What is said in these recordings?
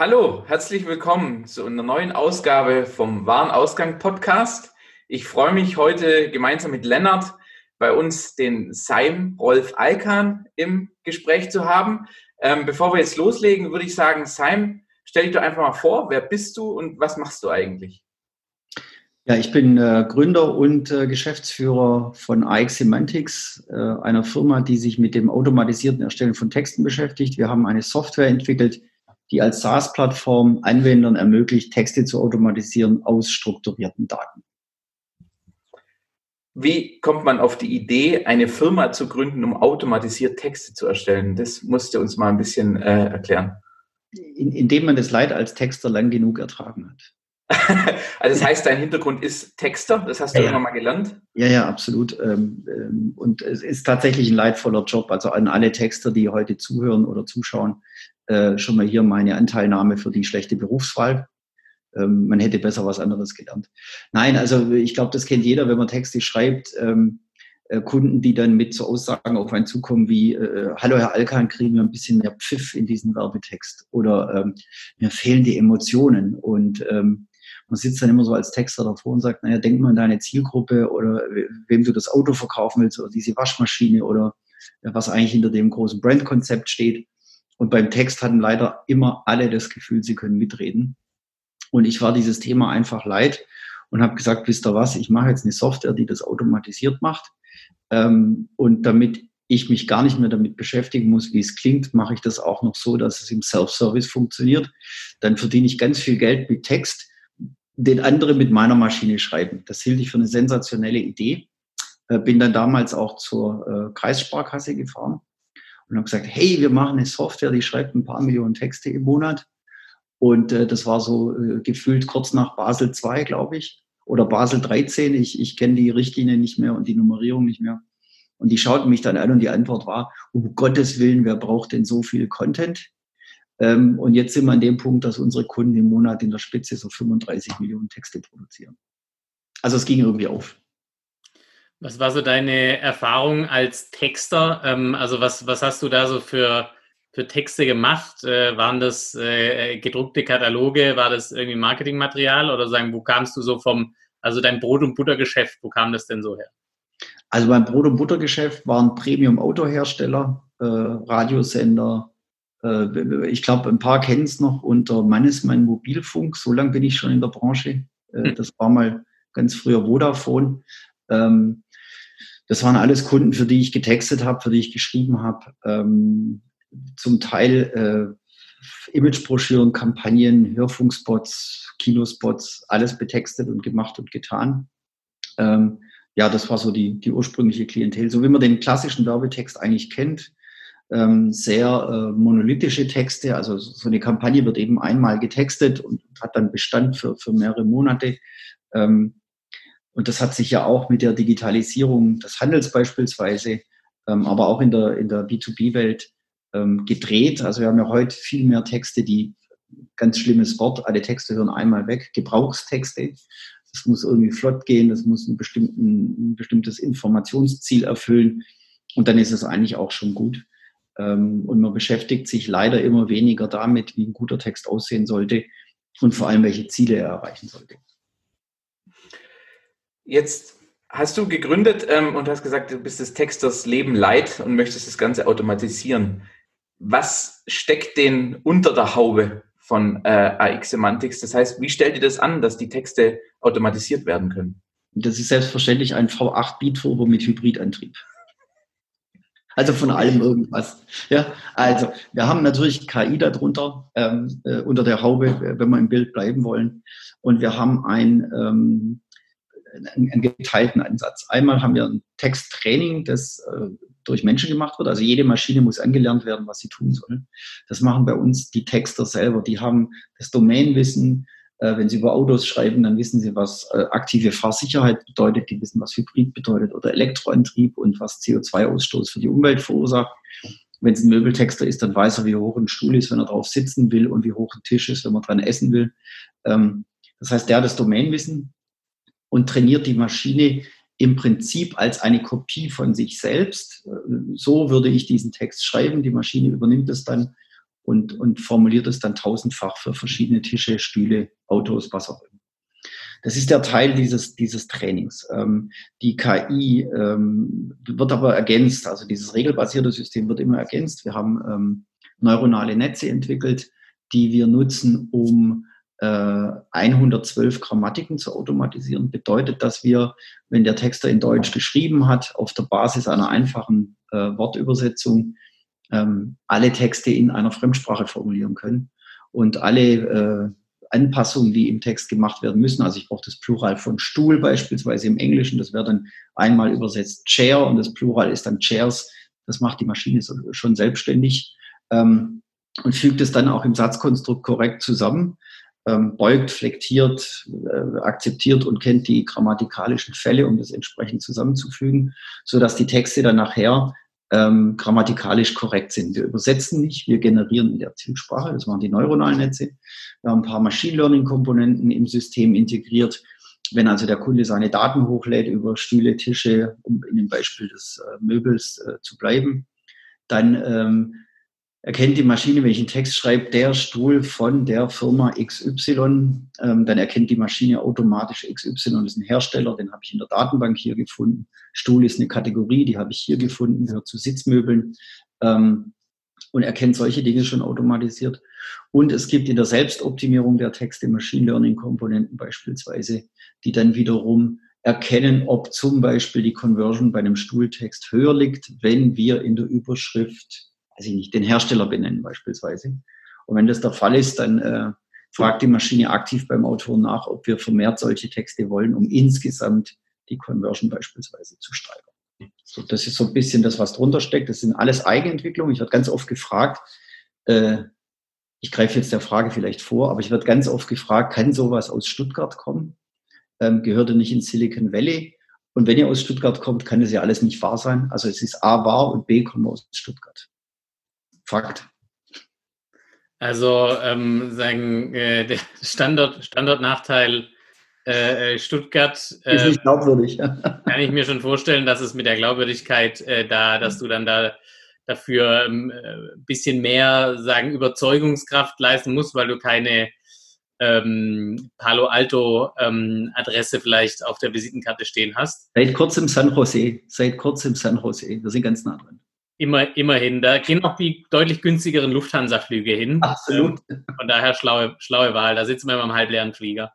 Hallo, herzlich willkommen zu einer neuen Ausgabe vom Warenausgang-Podcast. Ich freue mich heute gemeinsam mit Lennart bei uns den Seim Rolf Alkan im Gespräch zu haben. Bevor wir jetzt loslegen, würde ich sagen, Seim, stell dich doch einfach mal vor, wer bist du und was machst du eigentlich? Ja, ich bin Gründer und Geschäftsführer von iX Semantics, einer Firma, die sich mit dem automatisierten Erstellen von Texten beschäftigt. Wir haben eine Software entwickelt, die als SaaS-Plattform Anwendern ermöglicht, Texte zu automatisieren aus strukturierten Daten. Wie kommt man auf die Idee, eine Firma zu gründen, um automatisiert Texte zu erstellen? Das musst du uns mal ein bisschen erklären. Indem man das Leid als Texter lang genug ertragen hat. Also das heißt, dein Hintergrund ist Texter, das hast du irgendwann mal gelernt? Ja, absolut. Und es ist tatsächlich ein leidvoller Job. Also an alle Texter, die heute zuhören oder zuschauen, schon mal hier meine Anteilnahme für die schlechte Berufswahl. Man hätte besser was anderes gelernt. Nein, also ich glaube, das kennt jeder, wenn man Texte schreibt. Kunden, die dann mit so Aussagen auf einen zukommen wie, hallo Herr Alkan, kriegen wir ein bisschen mehr Pfiff in diesen Werbetext oder mir fehlen die Emotionen und man sitzt dann immer so als Texter davor und sagt, naja, denk mal an deine Zielgruppe oder wem du das Auto verkaufen willst oder diese Waschmaschine oder was eigentlich hinter dem großen Brandkonzept steht. Und beim Text hatten leider immer alle das Gefühl, sie können mitreden. Und ich war dieses Thema einfach leid und habe gesagt, wisst ihr was, ich mache jetzt eine Software, die das automatisiert macht. Und damit ich mich gar nicht mehr damit beschäftigen muss, wie es klingt, mache ich das auch noch so, dass es im Self-Service funktioniert. Dann verdiene ich ganz viel Geld mit Text, den andere mit meiner Maschine schreiben. Das hielt ich für eine sensationelle Idee. Bin dann damals auch zur Kreissparkasse gefahren und habe gesagt, hey, wir machen eine Software, die schreibt ein paar Millionen Texte im Monat. Und das war so gefühlt kurz nach Basel II, glaube ich, oder Basel 13. Ich kenne die Richtlinie nicht mehr und die Nummerierung nicht mehr. Und die schauten mich dann an und die Antwort war, um Gottes Willen, wer braucht denn so viel Content? Und jetzt sind wir an dem Punkt, dass unsere Kunden im Monat in der Spitze so 35 Millionen Texte produzieren. Also es ging irgendwie auf. Was war so deine Erfahrung als Texter? Also was hast du da so für Texte gemacht? Waren das gedruckte Kataloge? War das irgendwie Marketingmaterial? Oder sagen, wo kamst du so also dein Brot- und Buttergeschäft, wo kam das denn so her? Also mein Brot- und Buttergeschäft waren Premium-Autohersteller, Radiosender. Ich glaube, ein paar kennen es noch unter Mannesmann Mobilfunk. So lange bin ich schon in der Branche. Das war mal ganz früher Vodafone. Das waren alles Kunden, für die ich getextet habe, für die ich geschrieben habe. Zum Teil Imagebroschüren, Kampagnen, Hörfunkspots, Kinospots, alles betextet und gemacht und getan. Ja, das war so die ursprüngliche Klientel. So wie man den klassischen Werbetext eigentlich kennt. Sehr monolithische Texte. Also so eine Kampagne wird eben einmal getextet und hat dann Bestand für mehrere Monate. Und das hat sich ja auch mit der Digitalisierung des Handels beispielsweise, aber auch in der B2B-Welt gedreht. Also wir haben ja heute viel mehr Texte, die, ganz schlimmes Wort, alle Texte hören einmal weg, Gebrauchstexte. Das muss irgendwie flott gehen, das muss ein bestimmtes Informationsziel erfüllen und dann ist es eigentlich auch schon gut. Und man beschäftigt sich leider immer weniger damit, wie ein guter Text aussehen sollte und vor allem, welche Ziele er erreichen sollte. Jetzt hast du gegründet und hast gesagt, du bist des Texters Leben leid und möchtest das Ganze automatisieren. Was steckt denn unter der Haube von iX Semantics? Das heißt, wie stellt ihr das an, dass die Texte automatisiert werden können? Das ist selbstverständlich ein V8 Biturbo mit Hybridantrieb. Also von allem irgendwas. Ja, also wir haben natürlich KI darunter, unter der Haube, wenn wir im Bild bleiben wollen. Und wir haben einen geteilten Ansatz. Einmal haben wir ein Texttraining, das durch Menschen gemacht wird. Also jede Maschine muss angelernt werden, was sie tun soll. Das machen bei uns die Texter selber. Die haben das Domainwissen. Wenn sie über Autos schreiben, dann wissen sie, was aktive Fahrsicherheit bedeutet. Die wissen, was Hybrid bedeutet oder Elektroantrieb und was CO2-Ausstoß für die Umwelt verursacht. Wenn es ein Möbeltexter ist, dann weiß er, wie hoch ein Stuhl ist, wenn er drauf sitzen will und wie hoch ein Tisch ist, wenn man dran essen will. Das heißt, der hat das Domainwissen und trainiert die Maschine im Prinzip als eine Kopie von sich selbst. So würde ich diesen Text schreiben. Die Maschine übernimmt es dann und formuliert es dann tausendfach für verschiedene Tische, Stühle, Autos, was auch immer. Das ist der Teil dieses Trainings. Die KI wird aber ergänzt, also dieses regelbasierte System wird immer ergänzt. Wir haben neuronale Netze entwickelt, die wir nutzen, um 112 Grammatiken zu automatisieren. Bedeutet, dass wir, wenn der Texter in Deutsch geschrieben hat, auf der Basis einer einfachen Wortübersetzung alle Texte in einer Fremdsprache formulieren können und alle Anpassungen, die im Text gemacht werden müssen. Also ich brauche das Plural von Stuhl beispielsweise im Englischen. Das wäre dann einmal übersetzt Chair und das Plural ist dann Chairs. Das macht die Maschine schon selbstständig und fügt es dann auch im Satzkonstrukt korrekt zusammen. Beugt, flektiert, akzeptiert und kennt die grammatikalischen Fälle, um das entsprechend zusammenzufügen, sodass die Texte dann nachher grammatikalisch korrekt sind. Wir übersetzen nicht, wir generieren in der Zielsprache, das waren die neuronalen Netze. Wir haben ein paar Machine Learning Komponenten im System integriert. Wenn also der Kunde seine Daten hochlädt über Stühle, Tische, um in dem Beispiel des Möbels zu bleiben, dann erkennt die Maschine, wenn ich einen Text schreibe, der Stuhl von der Firma XY, dann erkennt die Maschine automatisch XY ist ein Hersteller, den habe ich in der Datenbank hier gefunden. Stuhl ist eine Kategorie, die habe ich hier gefunden, gehört zu Sitzmöbeln und erkennt solche Dinge schon automatisiert. Und es gibt in der Selbstoptimierung der Texte Machine Learning Komponenten beispielsweise, die dann wiederum erkennen, ob zum Beispiel die Conversion bei einem Stuhltext höher liegt, wenn wir in der Überschrift den Hersteller benennen beispielsweise. Und wenn das der Fall ist, dann fragt die Maschine aktiv beim Autoren nach, ob wir vermehrt solche Texte wollen, um insgesamt die Conversion beispielsweise zu steigern. So, das ist so ein bisschen das, was drunter steckt. Das sind alles Eigenentwicklungen. Ich werde ganz oft gefragt, ich greife jetzt der Frage vielleicht vor, aber ich werde ganz oft gefragt, kann sowas aus Stuttgart kommen? Gehört er nicht in Silicon Valley? Und wenn ihr aus Stuttgart kommt, kann das ja alles nicht wahr sein. Also es ist A wahr und B kommen wir aus Stuttgart. Fakt. Also der Standortnachteil Stuttgart ist nicht glaubwürdig. Kann ich mir schon vorstellen, dass es mit der Glaubwürdigkeit dass du dann da dafür ein bisschen mehr Überzeugungskraft leisten musst, weil du keine Palo Alto Adresse vielleicht auf der Visitenkarte stehen hast. Seit kurzem San Jose. Wir sind ganz nah dran. Immerhin, da gehen auch die deutlich günstigeren Lufthansa-Flüge hin. Absolut. Von daher schlaue Wahl, da sitzen wir immer im halbleeren Flieger.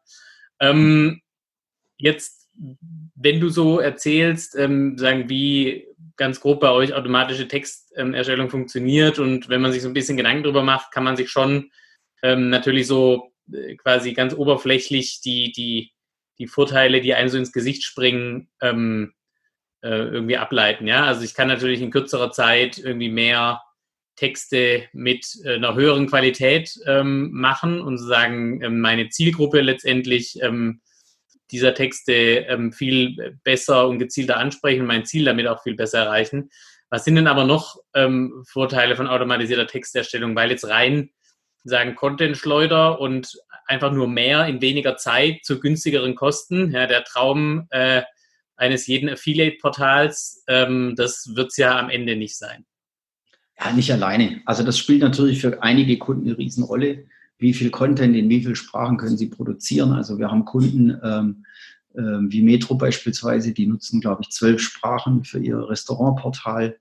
Jetzt, wenn du so erzählst, wie ganz grob bei euch automatische Texterstellung funktioniert und wenn man sich so ein bisschen Gedanken drüber macht, kann man sich schon natürlich so quasi ganz oberflächlich die Vorteile, die einem so ins Gesicht springen, irgendwie ableiten. Ja? Also ich kann natürlich in kürzerer Zeit irgendwie mehr Texte mit einer höheren Qualität machen und sozusagen meine Zielgruppe letztendlich dieser Texte viel besser und gezielter ansprechen und mein Ziel damit auch viel besser erreichen. Was sind denn aber noch Vorteile von automatisierter Texterstellung? Weil jetzt rein Content-Schleuder und einfach nur mehr in weniger Zeit zu günstigeren Kosten. Ja, der Traum eines jeden Affiliate-Portals, das wird es ja am Ende nicht sein. Ja, nicht alleine. Also das spielt natürlich für einige Kunden eine Riesenrolle. Wie viel Content in wie vielen Sprachen können sie produzieren? Also wir haben Kunden wie Metro beispielsweise, die nutzen, glaube ich, 12 Sprachen für ihr Restaurantportal.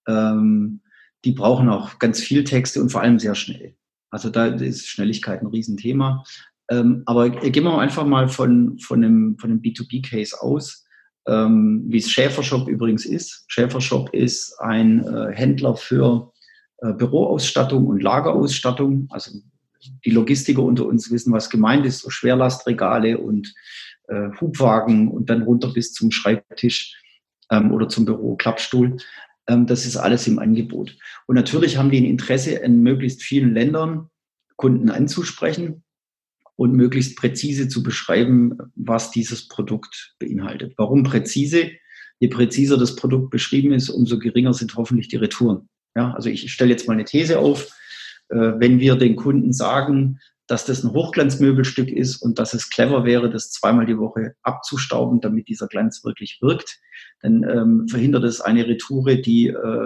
Die brauchen auch ganz viel Texte und vor allem sehr schnell. Also da ist Schnelligkeit ein Riesenthema. Aber gehen wir einfach mal von einem B2B-Case aus, wie es Schäfershop übrigens ist. Schäfershop ist ein Händler für Büroausstattung und Lagerausstattung. Also die Logistiker unter uns wissen, was gemeint ist, so Schwerlastregale und Hubwagen und dann runter bis zum Schreibtisch oder zum Büro, Klappstuhl. Das ist alles im Angebot. Und natürlich haben die ein Interesse, in möglichst vielen Ländern Kunden anzusprechen und möglichst präzise zu beschreiben, was dieses Produkt beinhaltet. Warum präzise? Je präziser das Produkt beschrieben ist, umso geringer sind hoffentlich die Retouren. Ja, also ich stelle jetzt mal eine These auf. Wenn wir den Kunden sagen, dass das ein Hochglanzmöbelstück ist und dass es clever wäre, das zweimal die Woche abzustauben, damit dieser Glanz wirklich wirkt, dann verhindert es eine Retoure, die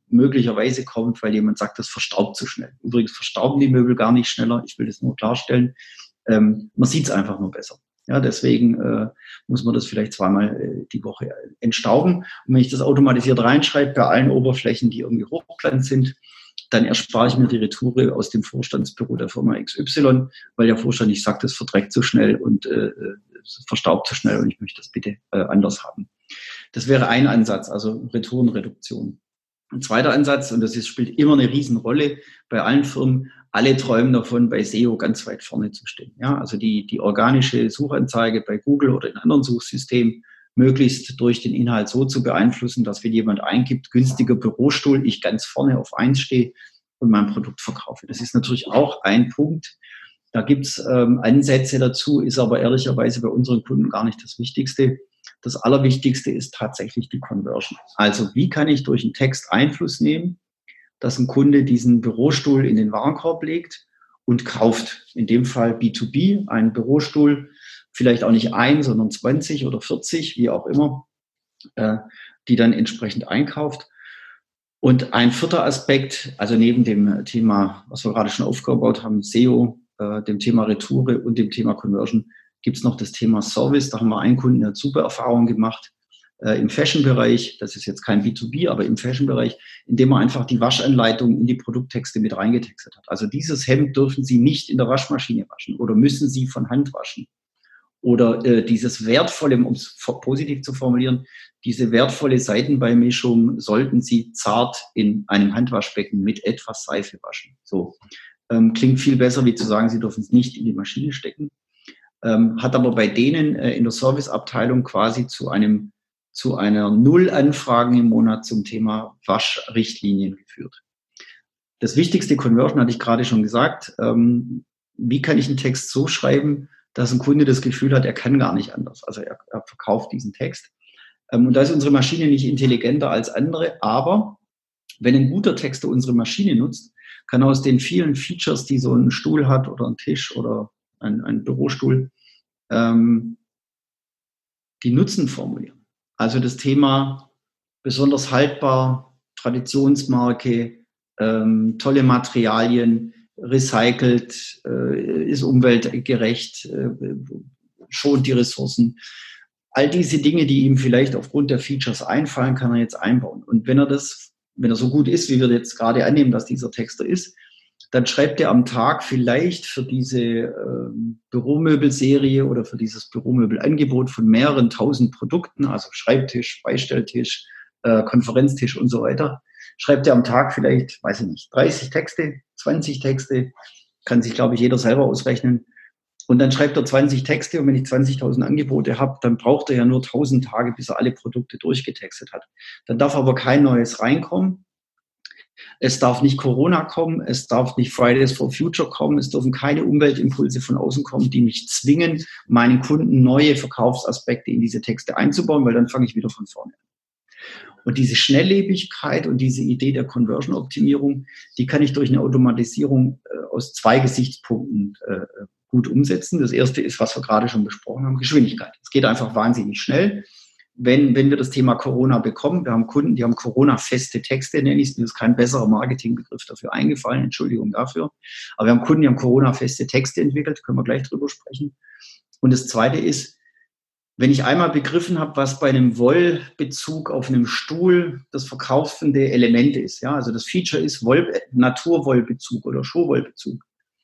möglicherweise kommt, weil jemand sagt, das verstaubt zu schnell. Übrigens verstauben die Möbel gar nicht schneller. Ich will das nur klarstellen. Man sieht es einfach nur besser. Ja, deswegen muss man das vielleicht zweimal die Woche entstauben. Und wenn ich das automatisiert reinschreibe bei allen Oberflächen, die irgendwie hochglanz sind, dann erspare ich mir die Retoure aus dem Vorstandsbüro der Firma XY, weil der Vorstand nicht sagt, das verdreckt zu schnell und verstaubt zu schnell und ich möchte das bitte anders haben. Das wäre ein Ansatz, also Retourenreduktion. Ein zweiter Ansatz, und das spielt immer eine Riesenrolle bei allen Firmen, alle träumen davon, bei SEO ganz weit vorne zu stehen. Ja, also die organische Suchanzeige bei Google oder in anderen Suchsystemen möglichst durch den Inhalt so zu beeinflussen, dass wenn jemand eingibt, günstiger Bürostuhl, ich ganz vorne auf 1 stehe und mein Produkt verkaufe. Das ist natürlich auch ein Punkt. Da gibt's Ansätze dazu, ist aber ehrlicherweise bei unseren Kunden gar nicht das Wichtigste. Das Allerwichtigste ist tatsächlich die Conversion. Also wie kann ich durch einen Text Einfluss nehmen, dass ein Kunde diesen Bürostuhl in den Warenkorb legt und kauft. In dem Fall B2B, einen Bürostuhl, vielleicht auch nicht 1, sondern 20 oder 40, wie auch immer, die dann entsprechend einkauft. Und ein vierter Aspekt, also neben dem Thema, was wir gerade schon aufgebaut haben, SEO, dem Thema Retoure und dem Thema Conversion, gibt es noch das Thema Service. Da haben wir einen Kunden, der hat super Erfahrungen gemacht im Fashion-Bereich. Das ist jetzt kein B2B, aber im Fashion-Bereich, indem er einfach die Waschanleitung in die Produkttexte mit reingetextet hat. Also dieses Hemd dürfen Sie nicht in der Waschmaschine waschen oder müssen Sie von Hand waschen. Oder dieses wertvolle, um es positiv zu formulieren, diese wertvolle Seitenbeimischung sollten Sie zart in einem Handwaschbecken mit etwas Seife waschen. So klingt viel besser, wie zu sagen, Sie dürfen es nicht in die Maschine stecken. Hat aber bei denen in der Serviceabteilung quasi zu einer Null Anfragen im Monat zum Thema Waschrichtlinien geführt. Das wichtigste Conversion hatte ich gerade schon gesagt. Wie kann ich einen Text so schreiben, dass ein Kunde das Gefühl hat, er kann gar nicht anders. Also er verkauft diesen Text. Und da ist unsere Maschine nicht intelligenter als andere. Aber wenn ein guter Texter unsere Maschine nutzt, kann aus den vielen Features, die so ein Stuhl hat oder ein Tisch oder ein Bürostuhl, die Nutzen formulieren. Also das Thema besonders haltbar, Traditionsmarke, tolle Materialien, recycelt, ist umweltgerecht, schont die Ressourcen. All diese Dinge, die ihm vielleicht aufgrund der Features einfallen, kann er jetzt einbauen. Und wenn er so gut ist, wie wir jetzt gerade annehmen, dass dieser Texter ist, dann schreibt er am Tag vielleicht für diese Büromöbelserie oder für dieses Büromöbelangebot von mehreren tausend Produkten, also Schreibtisch, Beistelltisch, Konferenztisch und so weiter, schreibt er am Tag vielleicht, weiß ich nicht, 30 Texte, 20 Texte, kann sich, glaube ich, jeder selber ausrechnen. Und dann schreibt er 20 Texte und wenn ich 20.000 Angebote habe, dann braucht er ja nur 1.000 Tage, bis er alle Produkte durchgetextet hat. Dann darf aber kein neues reinkommen. Es darf nicht Corona kommen, es darf nicht Fridays for Future kommen, es dürfen keine Umweltimpulse von außen kommen, die mich zwingen, meinen Kunden neue Verkaufsaspekte in diese Texte einzubauen, weil dann fange ich wieder von vorne an. Und diese Schnelllebigkeit und diese Idee der Conversion-Optimierung, die kann ich durch eine Automatisierung aus 2 Gesichtspunkten gut umsetzen. Das erste ist, was wir gerade schon besprochen haben, Geschwindigkeit. Es geht einfach wahnsinnig schnell. Wenn wir das Thema Corona bekommen, wir haben Kunden, die haben Corona-feste Texte, nenne ich es, mir ist kein besserer Marketingbegriff dafür eingefallen, Entschuldigung dafür. Aber wir haben Kunden, die haben Corona-feste Texte entwickelt, können wir gleich drüber sprechen. Und das Zweite ist, wenn ich einmal begriffen habe, was bei einem Wollbezug auf einem Stuhl das verkaufende Element ist, ja, also das Feature ist Naturwollbezug oder Schurwollbezug.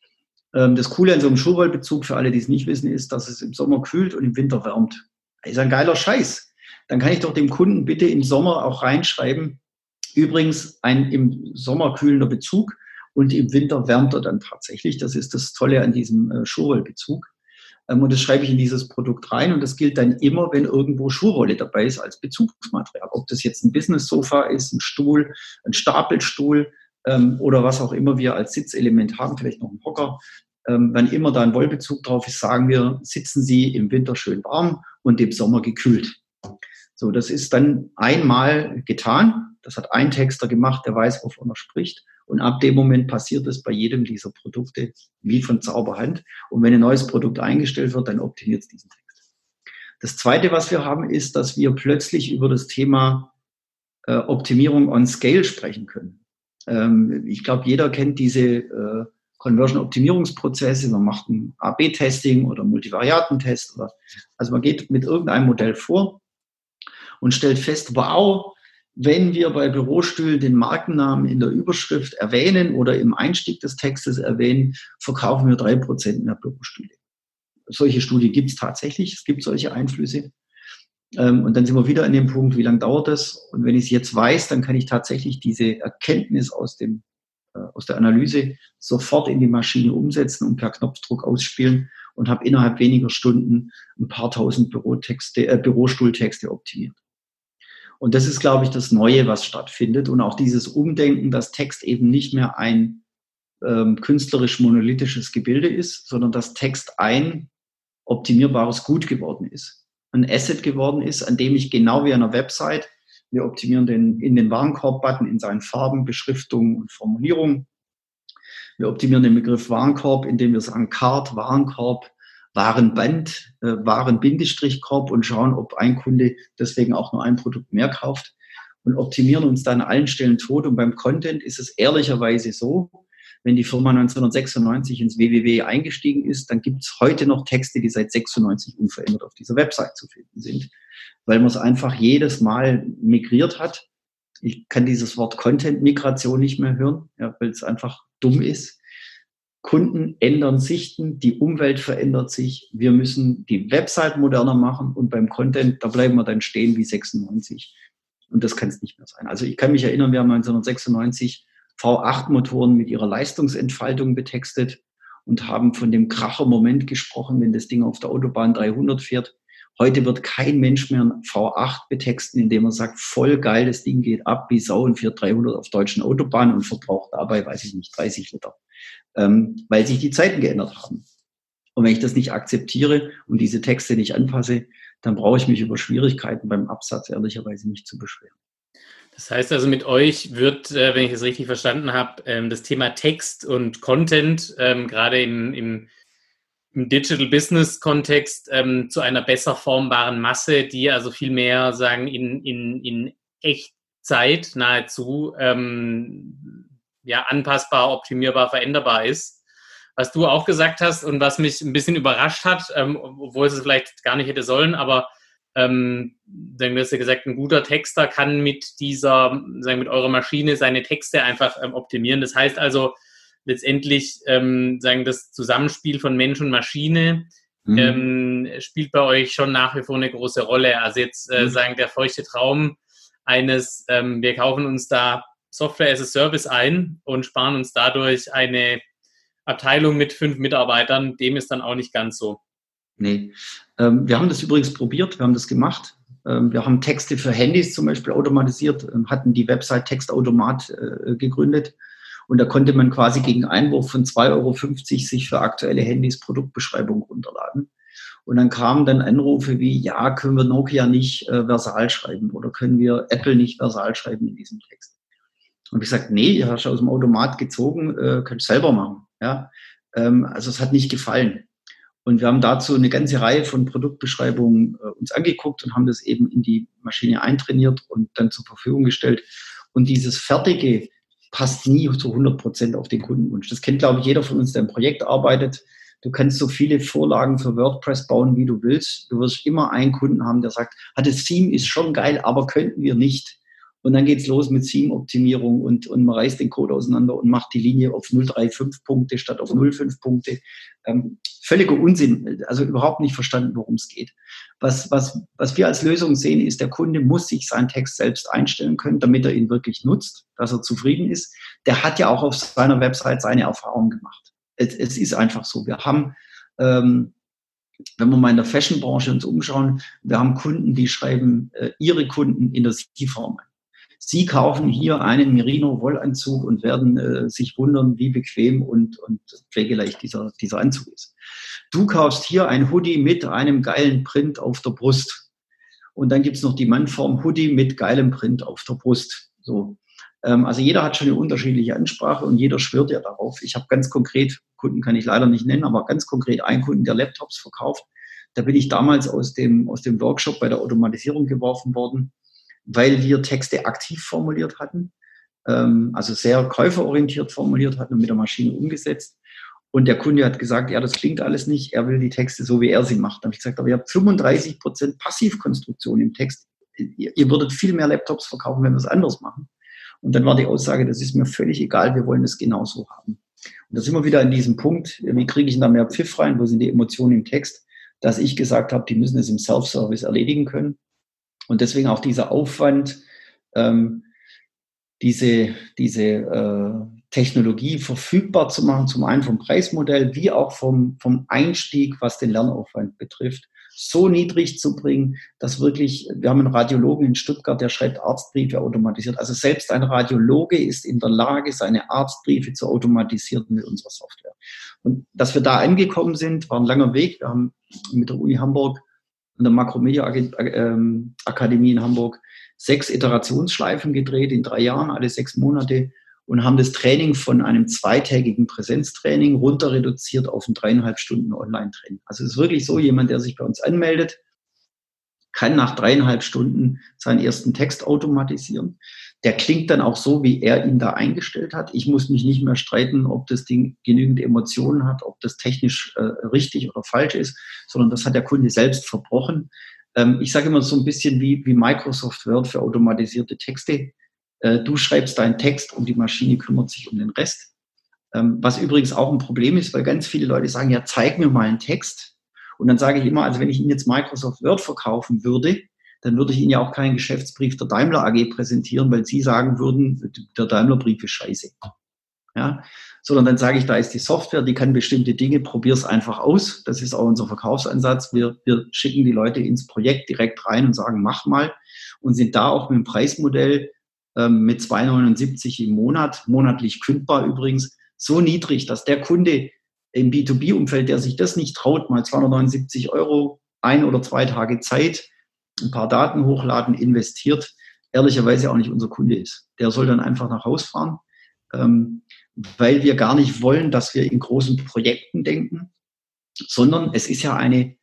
Das Coole an so einem Schurwollbezug, für alle, die es nicht wissen, ist, dass es im Sommer kühlt und im Winter wärmt. Das ist ein geiler Scheiß. Dann kann ich doch dem Kunden bitte im Sommer auch reinschreiben, übrigens ein im Sommer kühlender Bezug und im Winter wärmt er dann tatsächlich. Das ist das Tolle an diesem Schurwollbezug. Und das schreibe ich in dieses Produkt rein und das gilt dann immer, wenn irgendwo Schurwolle dabei ist als Bezugsmaterial. Ob das jetzt ein Business-Sofa ist, ein Stuhl, ein Stapelstuhl oder was auch immer wir als Sitzelement haben, vielleicht noch ein Hocker. Wann immer da ein Wollbezug drauf ist, sagen wir, sitzen Sie im Winter schön warm und im Sommer gekühlt. So, das ist dann einmal getan. Das hat ein Texter gemacht, der weiß, wovon er spricht. Und ab dem Moment passiert es bei jedem dieser Produkte wie von Zauberhand. Und wenn ein neues Produkt eingestellt wird, dann optimiert es diesen Text. Das Zweite, was wir haben, ist, dass wir plötzlich über das Thema Optimierung on Scale sprechen können. Ich glaube, jeder kennt diese Conversion-Optimierungsprozesse. Man macht ein A/B-Testing oder Multivariatentest. Also man geht mit irgendeinem Modell vor und stellt fest, wow, wenn wir bei Bürostühlen den Markennamen in der Überschrift erwähnen oder im Einstieg des Textes erwähnen, verkaufen wir 3% mehr Bürostühle. Solche Studien gibt es tatsächlich. Es gibt solche Einflüsse. Und dann sind wir wieder an dem Punkt, wie lange dauert das? Und wenn ich es jetzt weiß, dann kann ich tatsächlich diese Erkenntnis aus der Analyse sofort in die Maschine umsetzen und per Knopfdruck ausspielen und habe innerhalb weniger Stunden ein paar tausend Bürostuhltexte optimiert. Und das ist, glaube ich, das Neue, was stattfindet. Und auch dieses Umdenken, dass Text eben nicht mehr ein künstlerisch monolithisches Gebilde ist, sondern dass Text ein optimierbares Gut geworden ist. Ein Asset geworden ist, an dem ich genau wie an einer Website, wir optimieren in den Warenkorb-Button in seinen Farben, Beschriftung und Formulierung. Wir optimieren den Begriff Warenkorb, indem wir sagen Cart, Warenkorb, Warenband, Waren-Korb und schauen, ob ein Kunde deswegen auch nur ein Produkt mehr kauft und optimieren uns dann an allen Stellen tot. Und beim Content ist es ehrlicherweise so, wenn die Firma 1996 ins www eingestiegen ist, dann gibt es heute noch Texte, die seit 96 unverändert auf dieser Website zu finden sind, weil man es einfach jedes Mal migriert hat. Ich kann dieses Wort Content-Migration nicht mehr hören, ja, weil es einfach dumm ist. Kunden ändern Sichten, die Umwelt verändert sich. Wir müssen die Website moderner machen und beim Content, da bleiben wir dann stehen wie 96. Und das kann es nicht mehr sein. Also ich kann mich erinnern, wir haben 1996 V8-Motoren mit ihrer Leistungsentfaltung betextet und haben von dem Kracher-Moment gesprochen, wenn das Ding auf der Autobahn 300 fährt. Heute wird kein Mensch mehr ein V8 betexten, indem er sagt, voll geil, das Ding geht ab wie Sau und fährt 300 auf deutschen Autobahnen und verbraucht dabei, weiß ich nicht, 30 Liter, weil sich die Zeiten geändert haben. Und wenn ich das nicht akzeptiere und diese Texte nicht anpasse, dann brauche ich mich über Schwierigkeiten beim Absatz ehrlicherweise nicht zu beschweren. Das heißt also, mit euch wird, wenn ich es richtig verstanden habe, das Thema Text und Content gerade im Digital Business Kontext zu einer besser formbaren Masse, die also viel mehr sagen in Echtzeit nahezu anpassbar, optimierbar, veränderbar ist. Was du auch gesagt hast und was mich ein bisschen überrascht hat, obwohl es vielleicht gar nicht hätte sollen, aber du hast ja gesagt, ein guter Texter kann mit eurer Maschine seine Texte einfach optimieren. Das heißt also letztendlich, das Zusammenspiel von Mensch und Maschine spielt bei euch schon nach wie vor eine große Rolle. Also jetzt der feuchte Traum eines, wir kaufen uns da Software as a Service ein und sparen uns dadurch eine Abteilung mit 5 Mitarbeitern, dem ist dann auch nicht ganz so. Nee. Wir haben das übrigens probiert, wir haben das gemacht. Wir haben Texte für Handys zum Beispiel automatisiert, hatten die Website Textautomat gegründet und da konnte man quasi gegen Einwurf von 2,50 € sich für aktuelle Handys Produktbeschreibungen runterladen. Und dann kamen dann Anrufe wie, ja, können wir Nokia nicht versal schreiben oder können wir Apple nicht versal schreiben in diesem Text. Und ich gesagt, nee, ihr habt aus dem Automat gezogen, könnt selber machen. Ja? Also es hat nicht gefallen. Und wir haben dazu eine ganze Reihe von Produktbeschreibungen uns angeguckt und haben das eben in die Maschine eintrainiert und dann zur Verfügung gestellt. Und dieses Fertige passt nie zu 100% auf den Kundenwunsch. Das kennt, glaube ich, jeder von uns, der im Projekt arbeitet. Du kannst so viele Vorlagen für WordPress bauen, wie du willst. Du wirst immer einen Kunden haben, der sagt, das Theme ist schon geil, aber könnten wir nicht. Und dann geht's los mit Theme-Optimierung und man reißt den Code auseinander und macht die Linie auf 0,35 Punkte statt auf 0,5 Punkte. Völliger Unsinn, also überhaupt nicht verstanden, worum es geht. Was wir als Lösung sehen, ist, der Kunde muss sich seinen Text selbst einstellen können, damit er ihn wirklich nutzt, dass er zufrieden ist. Der hat ja auch auf seiner Website seine Erfahrungen gemacht. Es ist einfach so. Wir haben, wenn wir mal in der Fashion-Branche uns umschauen, wir haben Kunden, die schreiben ihre Kunden in der Sie-Form ein. Sie kaufen hier einen Merino-Wollanzug und werden sich wundern, wie bequem und pflegeleicht dieser Anzug ist. Du kaufst hier ein Hoodie mit einem geilen Print auf der Brust. Und dann gibt's noch die Mannform Hoodie mit geilem Print auf der Brust. So. Also jeder hat schon eine unterschiedliche Ansprache und jeder schwört ja darauf. Ich habe ganz konkret, Kunden kann ich leider nicht nennen, aber ganz konkret einen Kunden, der Laptops verkauft. Da bin ich damals aus dem Workshop bei der Automatisierung geworfen worden. weil wir Texte aktiv formuliert hatten, also sehr käuferorientiert formuliert hatten und mit der Maschine umgesetzt. Und der Kunde hat gesagt, ja, das klingt alles nicht, er will die Texte so, wie er sie macht. Da habe ich gesagt, aber ihr habt 35% Passivkonstruktion im Text. Ihr würdet viel mehr Laptops verkaufen, wenn wir es anders machen. Und dann war die Aussage, das ist mir völlig egal, wir wollen es genauso haben. Und da sind wir wieder an diesem Punkt, wie kriege ich da mehr Pfiff rein, wo sind die Emotionen im Text, dass ich gesagt habe, die müssen es im Self-Service erledigen können. Und deswegen auch dieser Aufwand, diese Technologie verfügbar zu machen, zum einen vom Preismodell, wie auch vom Einstieg, was den Lernaufwand betrifft, so niedrig zu bringen, dass wirklich, wir haben einen Radiologen in Stuttgart, der schreibt Arztbriefe automatisiert. Also selbst ein Radiologe ist in der Lage, seine Arztbriefe zu automatisieren mit unserer Software. Und dass wir da angekommen sind, war ein langer Weg. Wir haben mit der Uni Hamburg und der Makromedia Akademie in Hamburg 6 Iterationsschleifen gedreht in 3 Jahren, alle 6 Monate, und haben das Training von einem 2-tägigen Präsenztraining runter reduziert auf ein 3,5 Stunden Online-Training. Also es ist wirklich so, jemand, der sich bei uns anmeldet, kann nach 3,5 Stunden seinen ersten Text automatisieren. Der klingt dann auch so, wie er ihn da eingestellt hat. Ich muss mich nicht mehr streiten, ob das Ding genügend Emotionen hat, ob das technisch richtig oder falsch ist, sondern das hat der Kunde selbst verbrochen. Ich sage immer so ein bisschen wie Microsoft Word für automatisierte Texte. Du schreibst deinen Text und die Maschine kümmert sich um den Rest. Was übrigens auch ein Problem ist, weil ganz viele Leute sagen, ja, zeig mir mal einen Text. Und dann sage ich immer, also wenn ich Ihnen jetzt Microsoft Word verkaufen würde, dann würde ich Ihnen ja auch keinen Geschäftsbrief der Daimler AG präsentieren, weil Sie sagen würden, der Daimler-Brief ist scheiße. Ja? Sondern dann sage ich, da ist die Software, die kann bestimmte Dinge, probier es einfach aus. Das ist auch unser Verkaufsansatz. Wir schicken die Leute ins Projekt direkt rein und sagen, mach mal. Und sind da auch mit dem Preismodell mit 2,79 im Monat, monatlich kündbar übrigens, so niedrig, dass der Kunde im B2B-Umfeld, der sich das nicht traut, mal 279 €, 1 oder 2 Tage Zeit, ein paar Daten hochladen, investiert, ehrlicherweise auch nicht unser Kunde ist. Der soll dann einfach nach Hause fahren, weil wir gar nicht wollen, dass wir in großen Projekten denken, sondern es ist ja eine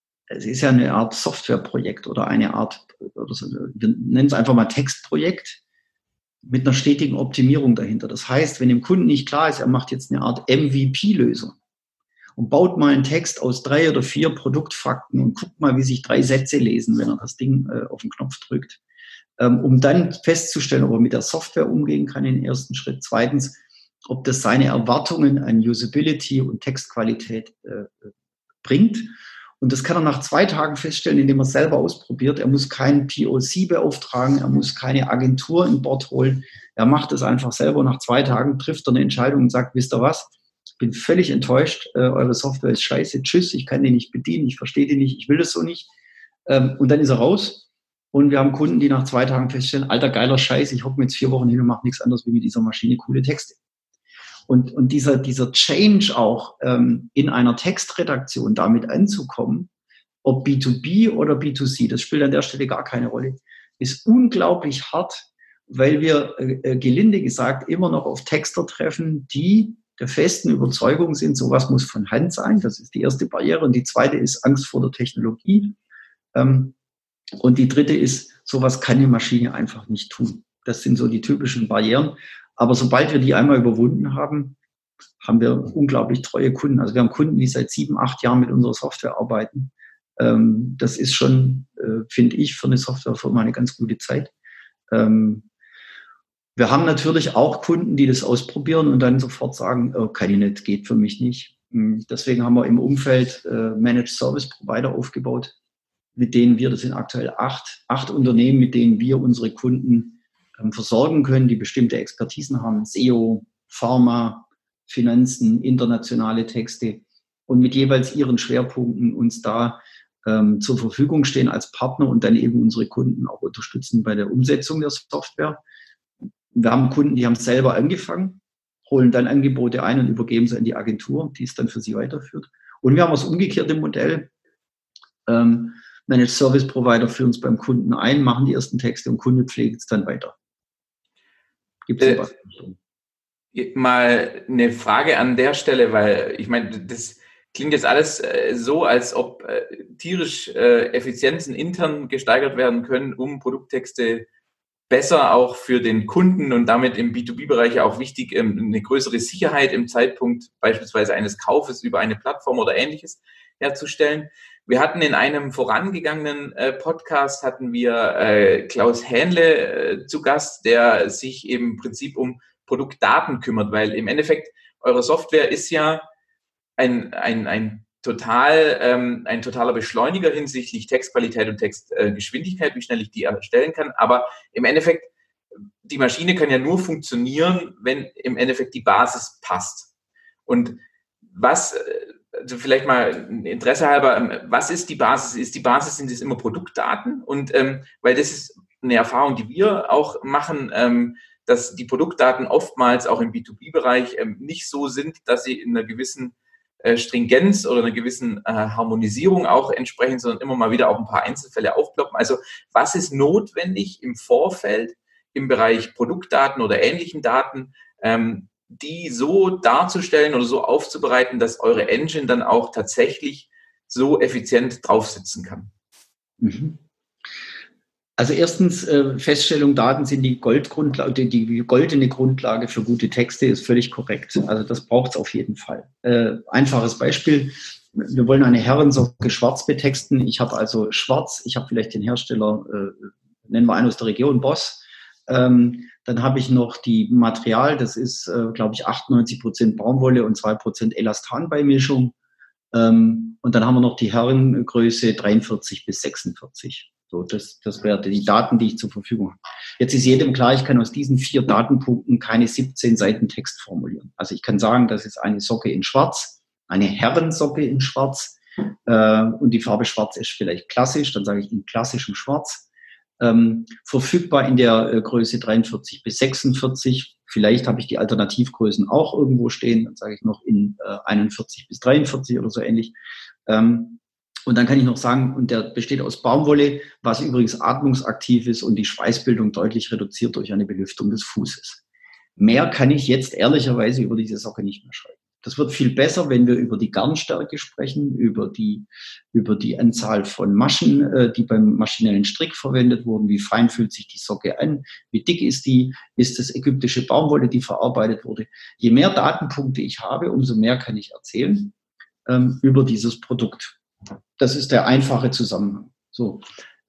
Art Softwareprojekt oder eine Art, wir nennen es einfach mal Textprojekt, mit einer stetigen Optimierung dahinter. Das heißt, wenn dem Kunden nicht klar ist, er macht jetzt eine Art MVP-Lösung und baut mal einen Text aus 3 oder 4 Produktfakten und guckt mal, wie sich 3 Sätze lesen, wenn er das Ding auf den Knopf drückt, um dann festzustellen, ob er mit der Software umgehen kann im ersten Schritt. Zweitens, ob das seine Erwartungen an Usability und Textqualität bringt. Und das kann er nach 2 Tagen feststellen, indem er es selber ausprobiert. Er muss keinen POC beauftragen, er muss keine Agentur in Bord holen. Er macht es einfach selber. Nach 2 Tagen trifft er eine Entscheidung und sagt, wisst ihr was, ich bin völlig enttäuscht, eure Software ist scheiße, tschüss, ich kann die nicht bedienen, ich verstehe die nicht, ich will das so nicht. Und dann ist er raus. Und wir haben Kunden, die nach 2 Tagen feststellen, alter, geiler Scheiß, ich hocke mir jetzt 4 Wochen hin und mache nichts anderes wie mit dieser Maschine coole Texte. Und dieser Change auch in einer Textredaktion damit anzukommen, ob B2B oder B2C, das spielt an der Stelle gar keine Rolle, ist unglaublich hart, weil wir gelinde gesagt immer noch auf Texter treffen, die der festen Überzeugung sind, sowas muss von Hand sein. Das ist die erste Barriere. Und die zweite ist Angst vor der Technologie. Und die dritte ist, sowas kann die Maschine einfach nicht tun. Das sind so die typischen Barrieren. Aber sobald wir die einmal überwunden haben, haben wir unglaublich treue Kunden. Also wir haben Kunden, die seit 7, 8 Jahren mit unserer Software arbeiten. Das ist schon, finde ich, für eine Softwarefirma eine ganz gute Zeit. Wir haben natürlich auch Kunden, die das ausprobieren und dann sofort sagen, oh, kann ich nicht, geht für mich nicht. Deswegen haben wir im Umfeld Managed Service Provider aufgebaut, mit denen wir, das sind aktuell 8 Unternehmen, mit denen wir unsere Kunden versorgen können, die bestimmte Expertisen haben, SEO, Pharma, Finanzen, internationale Texte und mit jeweils ihren Schwerpunkten uns da zur Verfügung stehen als Partner und dann eben unsere Kunden auch unterstützen bei der Umsetzung der Software. Wir haben Kunden, die haben selber angefangen, holen dann Angebote ein und übergeben sie an die Agentur, die es dann für sie weiterführt. Und wir haben das umgekehrte Modell. Managed Service Provider führen es beim Kunden ein, machen die ersten Texte und Kunde pflegt es dann weiter. Gibt es mal eine Frage an der Stelle, weil ich meine, klingt jetzt alles so, als ob tierisch Effizienzen intern gesteigert werden können, um Produkttexte besser auch für den Kunden und damit im B2B-Bereich auch wichtig, eine größere Sicherheit im Zeitpunkt beispielsweise eines Kaufes über eine Plattform oder Ähnliches herzustellen. Wir hatten in einem vorangegangenen Podcast hatten wir Klaus Hähnle zu Gast, der sich im Prinzip um Produktdaten kümmert, weil im Endeffekt eure Software ist ja ein totaler Beschleuniger hinsichtlich Textqualität und Textgeschwindigkeit, wie schnell ich die erstellen kann. Aber im Endeffekt, die Maschine kann ja nur funktionieren, wenn im Endeffekt die Basis passt. Und also vielleicht mal Interesse halber, was ist die Basis? Sind es immer Produktdaten? Und weil das ist eine Erfahrung, die wir auch machen, dass die Produktdaten oftmals auch im B2B-Bereich nicht so sind, dass sie in einer gewissen Stringenz oder einer gewissen Harmonisierung auch entsprechen, sondern immer mal wieder auch ein paar Einzelfälle aufploppen. Also was ist notwendig im Vorfeld im Bereich Produktdaten oder ähnlichen Daten, die so darzustellen oder so aufzubereiten, dass eure Engine dann auch tatsächlich so effizient draufsitzen kann? Also erstens, Feststellung, Daten sind die Goldgrundlage, die goldene Grundlage für gute Texte, ist völlig korrekt. Also das braucht es auf jeden Fall. Einfaches Beispiel, wir wollen eine Herrensocke schwarz betexten. Ich habe also schwarz, ich habe vielleicht den Hersteller, nennen wir einen aus der Region, Boss. Dann habe ich noch die Material, das ist, glaube ich, 98% Baumwolle und 2% Elastan-Beimischung. Und dann haben wir noch die Herrengröße 43 bis 46. So, das wären die Daten, die ich zur Verfügung habe. Jetzt ist jedem klar, ich kann aus diesen 4 Datenpunkten keine 17 Seiten Text formulieren. Also ich kann sagen, das ist eine Socke in Schwarz, eine Herrensocke in Schwarz, und die Farbe Schwarz ist vielleicht klassisch, dann sage ich in klassischem Schwarz. Verfügbar in der Größe 43 bis 46. Vielleicht habe ich die Alternativgrößen auch irgendwo stehen, dann sage ich noch in 41 bis 43 oder so ähnlich. Und dann kann ich noch sagen, und der besteht aus Baumwolle, was übrigens atmungsaktiv ist und die Schweißbildung deutlich reduziert durch eine Belüftung des Fußes. Mehr kann ich jetzt ehrlicherweise über diese Socke nicht mehr schreiben. Das wird viel besser, wenn wir über die Garnstärke sprechen, über die Anzahl von Maschen, die beim maschinellen Strick verwendet wurden. Wie fein fühlt sich die Socke an? Wie dick ist die? Ist es ägyptische Baumwolle, die verarbeitet wurde? Je mehr Datenpunkte ich habe, umso mehr kann ich erzählen über dieses Produkt. Das ist der einfache Zusammenhang. So,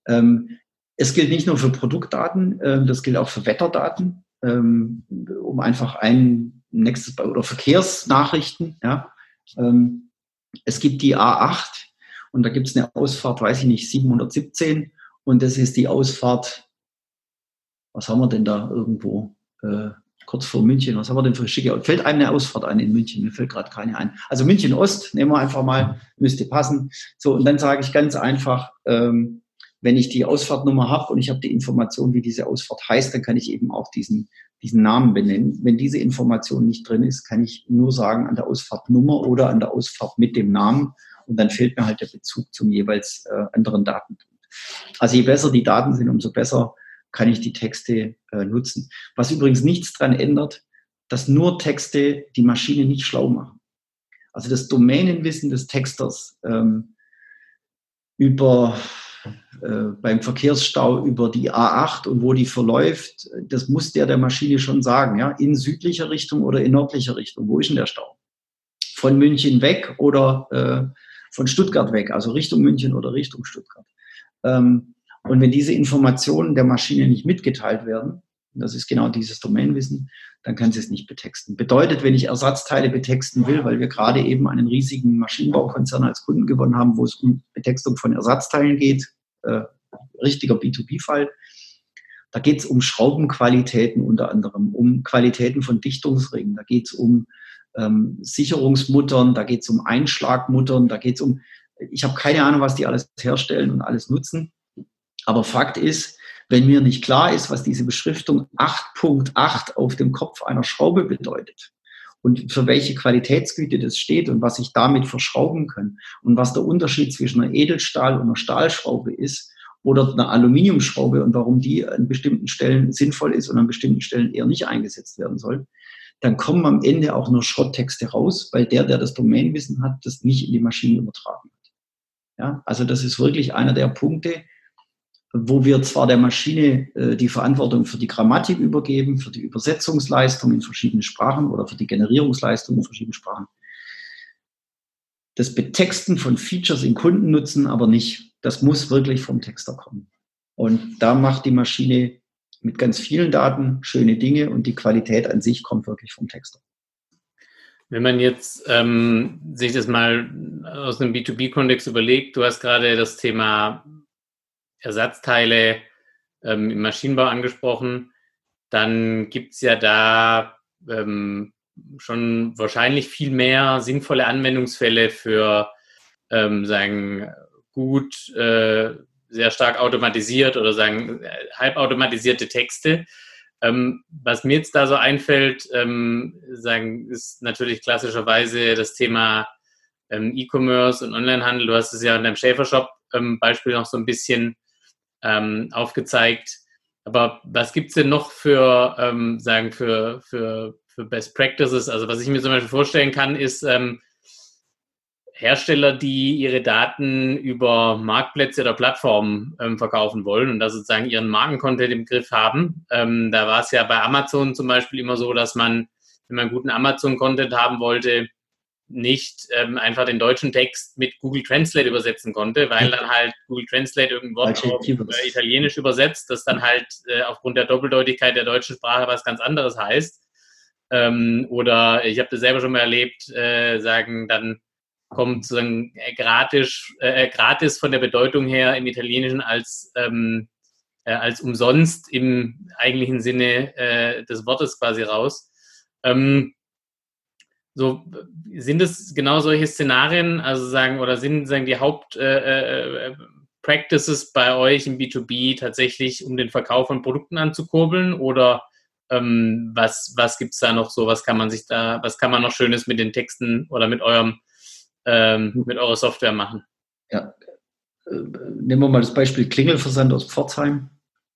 es gilt nicht nur für Produktdaten, das gilt auch für Wetterdaten, um einfach ein nächstes oder Verkehrsnachrichten. Ja, es gibt die A8 und da gibt es eine Ausfahrt, weiß ich nicht, 717 und das ist die Ausfahrt. Was haben wir denn da irgendwo? Kurz vor München, was haben wir denn für schicke? Fällt einem eine Ausfahrt ein in München? Mir fällt gerade keine ein. Also München Ost, nehmen wir einfach mal, müsste passen. So, und dann sage ich ganz einfach, wenn ich die Ausfahrtnummer habe und ich habe die Information, wie diese Ausfahrt heißt, dann kann ich eben auch diesen Namen benennen. Wenn diese Information nicht drin ist, kann ich nur sagen an der Ausfahrtnummer oder an der Ausfahrt mit dem Namen und dann fehlt mir halt der Bezug zum jeweils anderen Datenpunkt. Also je besser die Daten sind, umso besser kann ich die Texte nutzen. Was übrigens nichts daran ändert, dass nur Texte die Maschine nicht schlau machen. Also das Domänenwissen des Texters beim Verkehrsstau über die A8 und wo die verläuft, das muss der Maschine schon sagen, ja, in südlicher Richtung oder in nördlicher Richtung. Wo ist denn der Stau? Von München weg oder von Stuttgart weg, also Richtung München oder Richtung Stuttgart. Und wenn diese Informationen der Maschine nicht mitgeteilt werden, das ist genau dieses Domänenwissen, dann kann sie es nicht betexten. Bedeutet, wenn ich Ersatzteile betexten will, weil wir gerade eben einen riesigen Maschinenbaukonzern als Kunden gewonnen haben, wo es um Betextung von Ersatzteilen geht, richtiger B2B-Fall, da geht es um Schraubenqualitäten unter anderem, um Qualitäten von Dichtungsringen, da geht es um Sicherungsmuttern, da geht es um Einschlagmuttern, da geht es um, ich habe keine Ahnung, was die alles herstellen und alles nutzen. Aber Fakt ist, wenn mir nicht klar ist, was diese Beschriftung 8.8 auf dem Kopf einer Schraube bedeutet und für welche Qualitätsgüte das steht und was ich damit verschrauben kann und was der Unterschied zwischen einer Edelstahl- und einer Stahlschraube ist oder einer Aluminiumschraube und warum die an bestimmten Stellen sinnvoll ist und an bestimmten Stellen eher nicht eingesetzt werden soll, dann kommen am Ende auch nur Schrotttexte raus, weil der das Domainwissen hat, das nicht in die Maschine übertragen hat. Ja, also das ist wirklich einer der Punkte, wo wir zwar der Maschine die Verantwortung für die Grammatik übergeben, für die Übersetzungsleistung in verschiedene Sprachen oder für die Generierungsleistung in verschiedenen Sprachen. Das Betexten von Features in Kundennutzen aber nicht. Das muss wirklich vom Texter kommen. Und da macht die Maschine mit ganz vielen Daten schöne Dinge und die Qualität an sich kommt wirklich vom Texter. Wenn man jetzt sich das mal aus einem B2B-Kontext überlegt, du hast gerade das Thema Ersatzteile im Maschinenbau angesprochen, dann gibt es ja da schon wahrscheinlich viel mehr sinnvolle Anwendungsfälle für sagen gut, sehr stark automatisiert oder sagen halbautomatisierte Texte. Was mir jetzt da so einfällt, sagen, ist natürlich klassischerweise das Thema E-Commerce und Onlinehandel. Du hast es ja in deinem Schäfershop-Beispiel noch so ein bisschen aufgezeigt. Aber was gibt es denn noch für, sagen, für Best Practices? Also was ich mir zum Beispiel vorstellen kann, ist Hersteller, die ihre Daten über Marktplätze oder Plattformen verkaufen wollen und da sozusagen ihren Markencontent im Griff haben. Da war es ja bei Amazon zum Beispiel immer so, dass man, wenn man guten Amazon-Content haben wollte, nicht einfach den deutschen Text mit Google Translate übersetzen konnte, weil dann halt Google Translate irgendein Wort auf Italienisch übersetzt, das dann halt aufgrund der Doppeldeutigkeit der deutschen Sprache was ganz anderes heißt. Oder ich habe das selber schon mal erlebt, sagen dann kommt sozusagen gratis von der Bedeutung her im Italienischen als umsonst im eigentlichen Sinne des Wortes quasi raus. So, sind es genau solche Szenarien, also sagen, oder sind sagen die Practices bei euch im B2B tatsächlich, um den Verkauf von Produkten anzukurbeln, oder was gibt es da noch so, was kann man noch Schönes mit den Texten oder mit eurer Software machen? Ja, nehmen wir mal das Beispiel Klingelversand aus Pforzheim.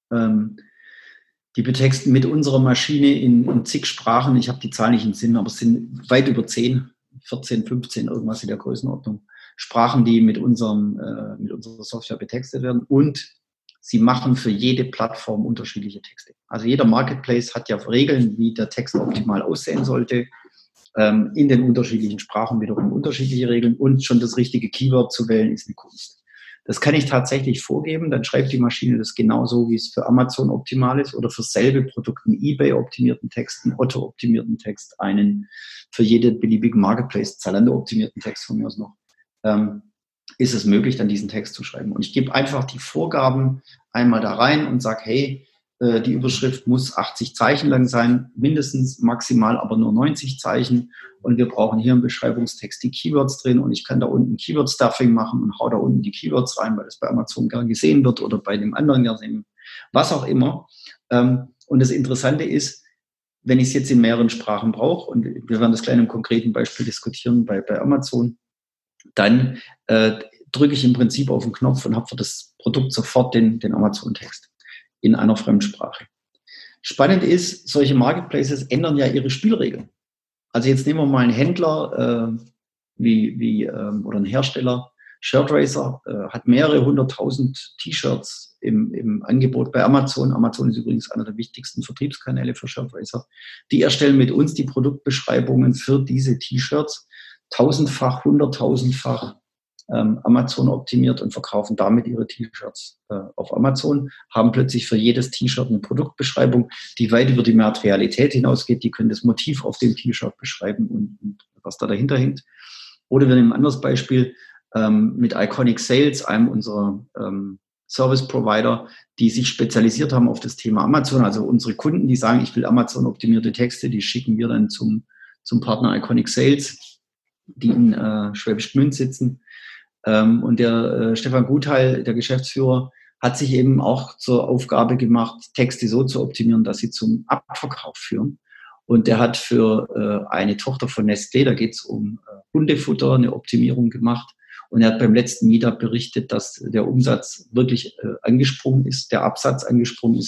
Die betexten mit unserer Maschine in zig Sprachen, ich habe die Zahl nicht im Sinn, aber es sind weit über 10, 14, 15, irgendwas in der Größenordnung, Sprachen, die mit unserer Software betextet werden, und sie machen für jede Plattform unterschiedliche Texte. Also jeder Marketplace hat ja Regeln, wie der Text optimal aussehen sollte, in den unterschiedlichen Sprachen wiederum unterschiedliche Regeln, und schon das richtige Keyword zu wählen ist eine Kunst. Das kann ich tatsächlich vorgeben, dann schreibt die Maschine das genauso, wie es für Amazon optimal ist, oder für selbe Produkten eBay-optimierten Texten, Otto-optimierten Text, einen für jede beliebige Marketplace, Zalando-optimierten Text von mir aus noch, ist es möglich, dann diesen Text zu schreiben. Und ich gebe einfach die Vorgaben einmal da rein und sage, hey, die Überschrift muss 80 Zeichen lang sein, mindestens, maximal aber nur 90 Zeichen. Und wir brauchen hier im Beschreibungstext die Keywords drin, und ich kann da unten Keyword-Stuffing machen und hau da unten die Keywords rein, weil das bei Amazon gern gesehen wird oder bei dem anderen gern gesehen wird, was auch immer. Und das Interessante ist, wenn ich es jetzt in mehreren Sprachen brauche, und wir werden das gleich in einem konkreten Beispiel diskutieren bei Amazon, dann drücke ich im Prinzip auf den Knopf und habe für das Produkt sofort den Amazon-Text in einer Fremdsprache. Spannend ist, solche Marketplaces ändern ja ihre Spielregeln. Also jetzt nehmen wir mal einen Händler oder einen Hersteller. Shirtracer hat mehrere 100.000 T-Shirts im Angebot bei Amazon. Amazon ist übrigens einer der wichtigsten Vertriebskanäle für Shirtracer. Die erstellen mit uns die Produktbeschreibungen für diese T-Shirts 1000-fach, 100.000-fach Amazon optimiert und verkaufen damit ihre T-Shirts auf Amazon, haben plötzlich für jedes T-Shirt eine Produktbeschreibung, die weit über die Materialität hinausgeht. Die können das Motiv auf dem T-Shirt beschreiben und was da dahinter hängt. Oder wir nehmen ein anderes Beispiel mit Iconic Sales, einem unserer Service-Provider, die sich spezialisiert haben auf das Thema Amazon. Also unsere Kunden, die sagen, ich will Amazon-optimierte Texte, die schicken wir dann zum Partner Iconic Sales, die in Schwäbisch Gmünd sitzen. Und der Stefan Gutheil, der Geschäftsführer, hat sich eben auch zur Aufgabe gemacht, Texte so zu optimieren, dass sie zum Abverkauf führen. Und der hat für eine Tochter von Nestlé, da geht es um Hundefutter, eine Optimierung gemacht. Und er hat beim letzten Meetup berichtet, dass der Umsatz wirklich angesprungen ist, der Absatz angesprungen ist.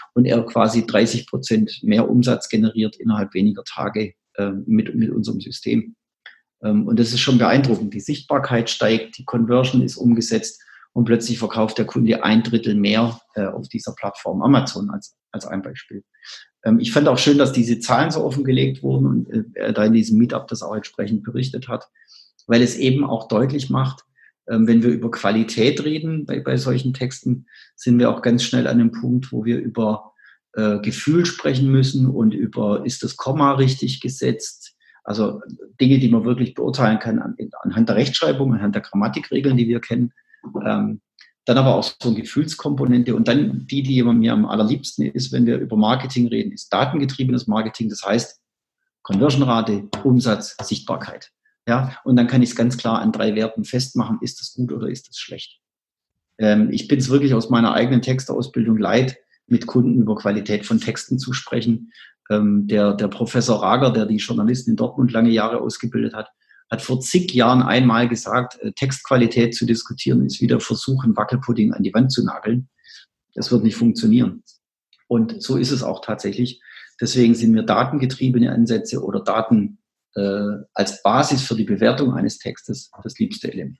und er quasi 30% mehr Umsatz generiert innerhalb weniger Tage mit unserem System. Und das ist schon beeindruckend. Die Sichtbarkeit steigt, die Conversion ist umgesetzt und plötzlich verkauft der Kunde 1/3 mehr auf dieser Plattform Amazon als ein Beispiel. Ich fand auch schön, dass diese Zahlen so offengelegt wurden und er da in diesem Meetup das auch entsprechend berichtet hat, weil es eben auch deutlich macht, wenn wir über Qualität reden bei solchen Texten, sind wir auch ganz schnell an einem Punkt, wo wir über Gefühl sprechen müssen und über, ist das Komma richtig gesetzt? Also Dinge, die man wirklich beurteilen kann anhand der Rechtschreibung, anhand der Grammatikregeln, die wir kennen. Dann aber auch so eine Gefühlskomponente. Und dann die mir am allerliebsten ist, wenn wir über Marketing reden, ist datengetriebenes Marketing. Das heißt Conversion-Rate, Umsatz, Sichtbarkeit. Ja, und dann kann ich es ganz klar an 3 Werten festmachen, ist das gut oder ist das schlecht. Ich bin es wirklich aus meiner eigenen Textausbildung leid, mit Kunden über Qualität von Texten zu sprechen. Der Professor Rager, der die Journalisten in Dortmund lange Jahre ausgebildet hat vor zig Jahren einmal gesagt, Textqualität zu diskutieren ist wie der Versuch, einen Wackelpudding an die Wand zu nageln. Das wird nicht funktionieren. Und so ist es auch tatsächlich. Deswegen sind mir datengetriebene Ansätze oder Daten als Basis für die Bewertung eines Textes das liebste Element.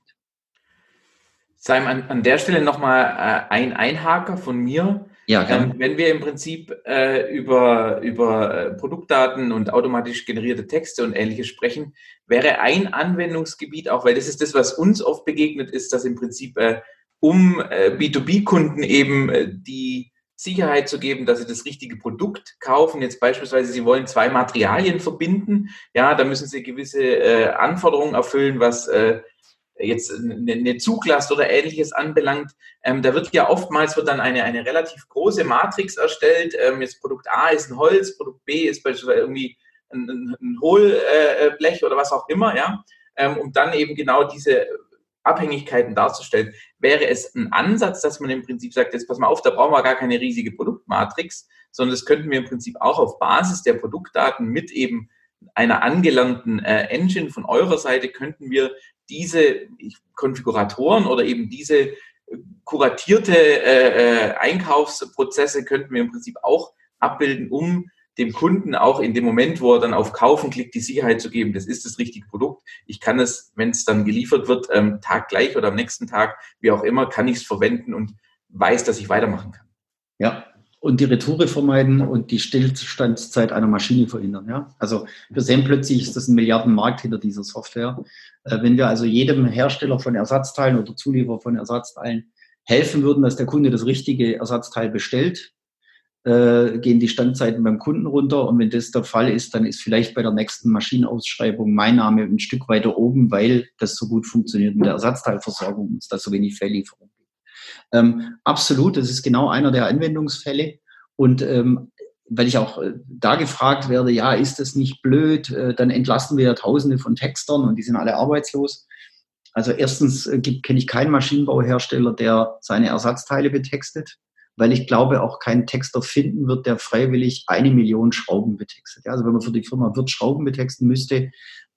Simon, an der Stelle nochmal ein Einhaker von mir. Ja, gerne. Wenn wir im Prinzip über Produktdaten und automatisch generierte Texte und Ähnliches sprechen, wäre ein Anwendungsgebiet auch, weil das ist das, was uns oft begegnet ist, dass im Prinzip um B2B-Kunden eben die Sicherheit zu geben, dass sie das richtige Produkt kaufen. Jetzt beispielsweise, sie wollen 2 Materialien verbinden. Ja, da müssen sie gewisse Anforderungen erfüllen, was jetzt eine Zuglast oder Ähnliches anbelangt. Da wird ja oftmals dann eine relativ große Matrix erstellt. Jetzt Produkt A ist ein Holz, Produkt B ist beispielsweise irgendwie ein Hohlblech oder was auch immer, ja, um dann eben genau diese Abhängigkeiten darzustellen. Wäre es ein Ansatz, dass man im Prinzip sagt, jetzt pass mal auf, da brauchen wir gar keine riesige Produktmatrix, sondern das könnten wir im Prinzip auch auf Basis der Produktdaten mit eben einer angelernten Engine von eurer Seite könnten wir diese Konfiguratoren oder eben diese kuratierte Einkaufsprozesse könnten wir im Prinzip auch abbilden, um dem Kunden auch in dem Moment, wo er dann auf Kaufen klickt, die Sicherheit zu geben, das ist das richtige Produkt. Ich kann es, wenn es dann geliefert wird, taggleich oder am nächsten Tag, wie auch immer, kann ich es verwenden und weiß, dass ich weitermachen kann. Ja, und die Retoure vermeiden und die Stillstandszeit einer Maschine verhindern. Ja? Also wir sehen plötzlich, ist das ein Milliardenmarkt hinter dieser Software. Wenn wir also jedem Hersteller von Ersatzteilen oder Zulieferer von Ersatzteilen helfen würden, dass der Kunde das richtige Ersatzteil bestellt, gehen die Standzeiten beim Kunden runter. Und wenn das der Fall ist, dann ist vielleicht bei der nächsten Maschinenausschreibung mein Name ein Stück weiter oben, weil das so gut funktioniert mit der Ersatzteilversorgung und es da so wenig Fehllieferung gibt. Absolut, das ist genau einer der Anwendungsfälle. Und weil ich auch da gefragt werde, ja, ist das nicht blöd? Dann entlasten wir ja Tausende von Textern und die sind alle arbeitslos. Also erstens kenne ich keinen Maschinenbauhersteller, der seine Ersatzteile betextet, weil ich glaube, auch keinen Texter finden wird, der freiwillig 1 Million Schrauben betextet. Ja, also wenn man für die Firma Wirth Schrauben betexten müsste,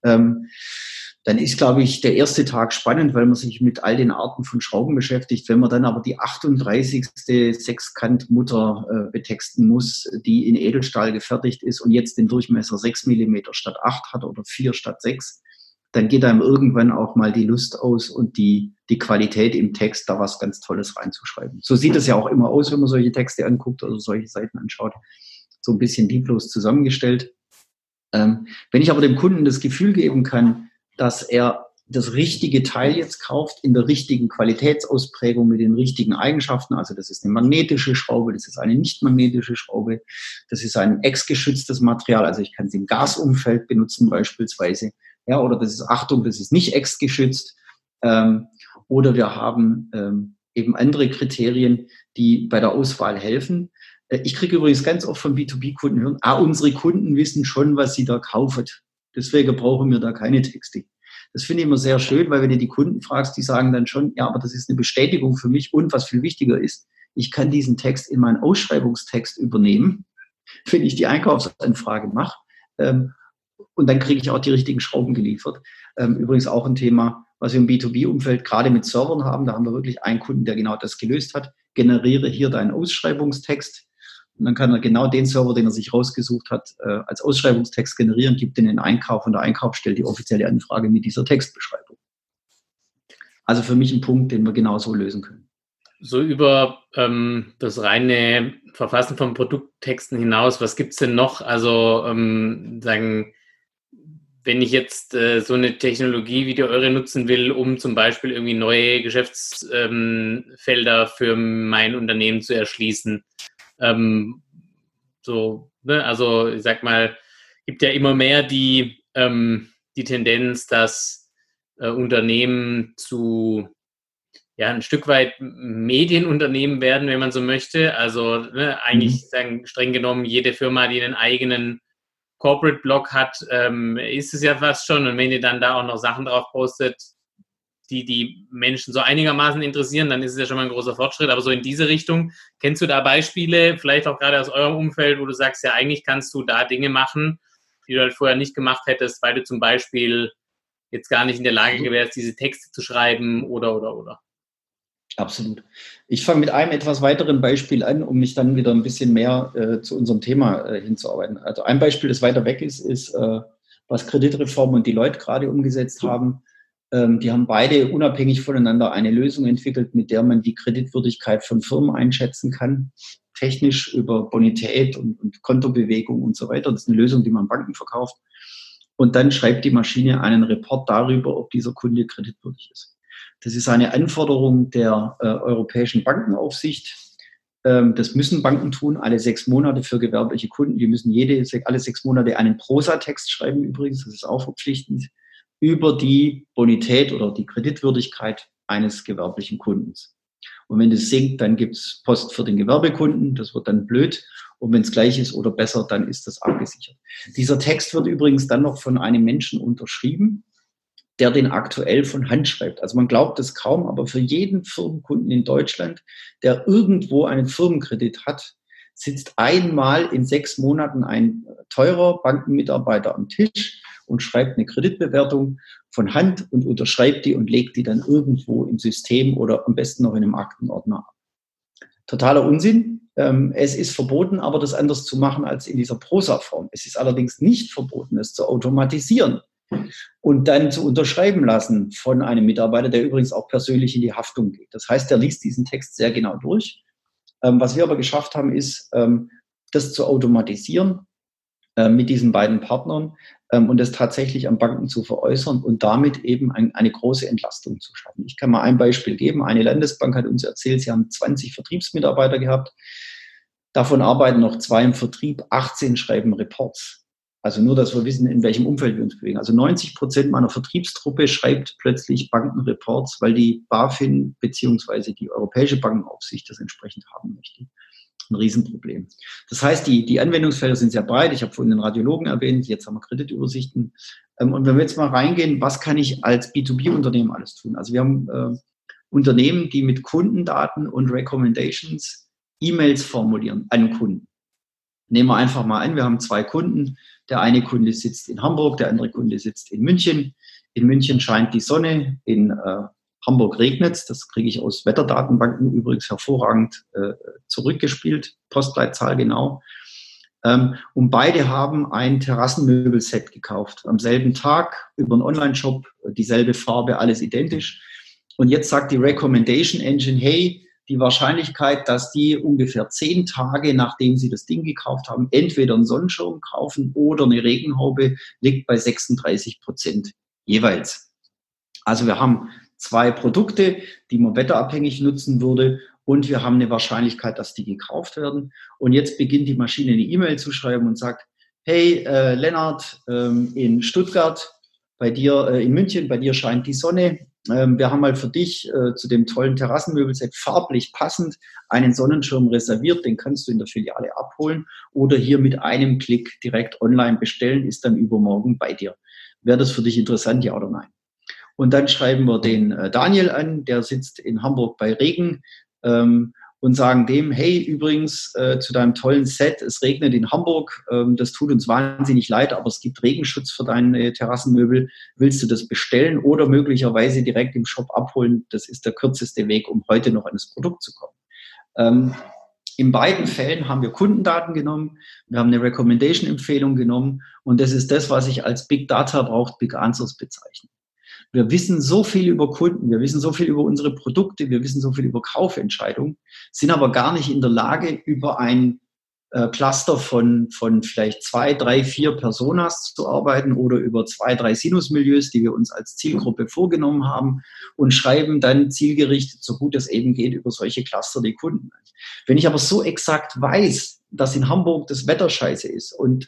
dann ist, glaube ich, der erste Tag spannend, weil man sich mit all den Arten von Schrauben beschäftigt. Wenn man dann aber die 38. Sechskantmutter betexten muss, die in Edelstahl gefertigt ist und jetzt den Durchmesser 6 mm statt 8 hat oder 4 statt 6, dann geht einem irgendwann auch mal die Lust aus und die Qualität im Text, da was ganz Tolles reinzuschreiben. So sieht es ja auch immer aus, wenn man solche Texte anguckt oder solche Seiten anschaut. So ein bisschen lieblos zusammengestellt. Wenn ich aber dem Kunden das Gefühl geben kann, dass er das richtige Teil jetzt kauft, in der richtigen Qualitätsausprägung mit den richtigen Eigenschaften, also das ist eine magnetische Schraube, das ist eine nicht magnetische Schraube, das ist ein ex-geschütztes Material, also ich kann es im Gasumfeld benutzen beispielsweise, ja, oder das ist, Achtung, das ist nicht ex-geschützt, oder wir haben eben andere Kriterien, die bei der Auswahl helfen. Ich kriege übrigens ganz oft von B2B-Kunden hören, unsere Kunden wissen schon, was sie da kaufen. Deswegen brauchen wir da keine Texte. Das finde ich immer sehr schön, weil wenn du die Kunden fragst, die sagen dann schon, ja, aber das ist eine Bestätigung für mich und was viel wichtiger ist, ich kann diesen Text in meinen Ausschreibungstext übernehmen, wenn ich die Einkaufsanfrage mache und dann kriege ich auch die richtigen Schrauben geliefert. Übrigens auch ein Thema, was wir im B2B-Umfeld gerade mit Servern haben, da haben wir wirklich einen Kunden, der genau das gelöst hat, generiere hier deinen Ausschreibungstext Und dann kann er genau den Server, den er sich rausgesucht hat, als Ausschreibungstext generieren, gibt den in den Einkauf und der Einkauf stellt die offizielle Anfrage mit dieser Textbeschreibung. Also für mich ein Punkt, den wir genauso lösen können. So über das reine Verfassen von Produkttexten hinaus, was gibt es denn noch? Also sagen, wenn ich jetzt so eine Technologie wie die eure nutzen will, um zum Beispiel irgendwie neue Geschäftsfelder für mein Unternehmen zu erschließen, so, ne? Also ich sag mal, gibt ja immer mehr die Tendenz, dass Unternehmen zu ein Stück weit Medienunternehmen werden, wenn man so möchte. Also eigentlich sagen, streng genommen, jede Firma, die einen eigenen Corporate-Blog hat, ist es ja fast schon. Und wenn ihr dann da auch noch Sachen drauf postet, die Menschen so einigermaßen interessieren, dann ist es ja schon mal ein großer Fortschritt. Aber so in diese Richtung, kennst du da Beispiele, vielleicht auch gerade aus eurem Umfeld, wo du sagst, ja, eigentlich kannst du da Dinge machen, die du halt vorher nicht gemacht hättest, weil du zum Beispiel jetzt gar nicht in der Lage wärst, diese Texte zu schreiben oder. Absolut. Ich fange mit einem etwas weiteren Beispiel an, um mich dann wieder ein bisschen mehr zu unserem Thema hinzuarbeiten. Also ein Beispiel, das weiter weg ist, was Kreditreform und Deloitte gerade umgesetzt haben. Die haben beide unabhängig voneinander eine Lösung entwickelt, mit der man die Kreditwürdigkeit von Firmen einschätzen kann, technisch über Bonität und Kontobewegung und so weiter. Das ist eine Lösung, die man Banken verkauft. Und dann schreibt die Maschine einen Report darüber, ob dieser Kunde kreditwürdig ist. Das ist eine Anforderung der Europäischen Bankenaufsicht. Das müssen Banken tun, alle 6 Monate für gewerbliche Kunden. Die müssen alle 6 Monate einen Prosatext schreiben übrigens, das ist auch verpflichtend, über die Bonität oder die Kreditwürdigkeit eines gewerblichen Kundens. Und wenn das sinkt, dann gibt es Post für den Gewerbekunden, das wird dann blöd. Und wenn es gleich ist oder besser, dann ist das abgesichert. Dieser Text wird übrigens dann noch von einem Menschen unterschrieben, der den aktuell von Hand schreibt. Also man glaubt es kaum, aber für jeden Firmenkunden in Deutschland, der irgendwo einen Firmenkredit hat, sitzt einmal in 6 Monaten ein teurer Bankenmitarbeiter am Tisch und schreibt eine Kreditbewertung von Hand und unterschreibt die und legt die dann irgendwo im System oder am besten noch in einem Aktenordner ab. Totaler Unsinn. Es ist verboten, aber das anders zu machen als in dieser Prosa-Form. Es ist allerdings nicht verboten, es zu automatisieren und dann zu unterschreiben lassen von einem Mitarbeiter, der übrigens auch persönlich in die Haftung geht. Das heißt, er liest diesen Text sehr genau durch. Was wir aber geschafft haben, ist, das zu automatisieren mit diesen beiden Partnern und das tatsächlich an Banken zu veräußern und damit eben eine große Entlastung zu schaffen. Ich kann mal ein Beispiel geben. Eine Landesbank hat uns erzählt, sie haben 20 Vertriebsmitarbeiter gehabt. Davon arbeiten noch 2 im Vertrieb, 18 schreiben Reports. Also nur, dass wir wissen, in welchem Umfeld wir uns bewegen. Also 90% meiner Vertriebstruppe schreibt plötzlich Bankenreports, weil die BaFin bzw. die Europäische Bankenaufsicht das entsprechend haben möchte. Ein Riesenproblem. Das heißt, die Anwendungsfelder sind sehr breit. Ich habe vorhin den Radiologen erwähnt, jetzt haben wir Kreditübersichten. Und wenn wir jetzt mal reingehen, was kann ich als B2B-Unternehmen alles tun? Also wir haben Unternehmen, die mit Kundendaten und Recommendations E-Mails formulieren an Kunden. Nehmen wir einfach mal an, wir haben 2 Kunden. Der eine Kunde sitzt in Hamburg, der andere Kunde sitzt in München. In München scheint die Sonne, in Hamburg regnet es. Das kriege ich aus Wetterdatenbanken übrigens hervorragend zurückgespielt, Postleitzahl genau. Und beide haben ein Terrassenmöbelset gekauft. Am selben Tag über einen Online-Shop, dieselbe Farbe, alles identisch. Und jetzt sagt die Recommendation Engine, hey, die Wahrscheinlichkeit, dass die ungefähr 10 Tage, nachdem sie das Ding gekauft haben, entweder einen Sonnenschirm kaufen oder eine Regenhaube, liegt bei 36% jeweils. Also wir haben 2 Produkte, die man wetterabhängig nutzen würde und wir haben eine Wahrscheinlichkeit, dass die gekauft werden. Und jetzt beginnt die Maschine eine E-Mail zu schreiben und sagt, hey Lennart, in Stuttgart, bei dir in München, bei dir scheint die Sonne. Wir haben mal für dich zu dem tollen Terrassenmöbelset farblich passend einen Sonnenschirm reserviert, den kannst du in der Filiale abholen oder hier mit einem Klick direkt online bestellen, ist dann übermorgen bei dir. Wäre das für dich interessant, ja oder nein? Und dann schreiben wir den Daniel an, der sitzt in Hamburg bei Regen und sagen dem, hey, übrigens zu deinem tollen Set, es regnet in Hamburg, das tut uns wahnsinnig leid, aber es gibt Regenschutz für deine Terrassenmöbel, willst du das bestellen oder möglicherweise direkt im Shop abholen? Das ist der kürzeste Weg, um heute noch an das Produkt zu kommen. In beiden Fällen haben wir Kundendaten genommen, wir haben eine Recommendation-Empfehlung genommen und das ist das, was ich als Big Data braucht, Big Answers bezeichne. Wir wissen so viel über Kunden, wir wissen so viel über unsere Produkte, wir wissen so viel über Kaufentscheidungen, sind aber gar nicht in der Lage, über ein Cluster von vielleicht 2, 3, 4 Personas zu arbeiten oder über 2, 3 Sinusmilieus, die wir uns als Zielgruppe vorgenommen haben und schreiben dann zielgerichtet, so gut es eben geht, über solche Cluster die Kunden ein. Wenn ich aber so exakt weiß, dass in Hamburg das Wetter scheiße ist und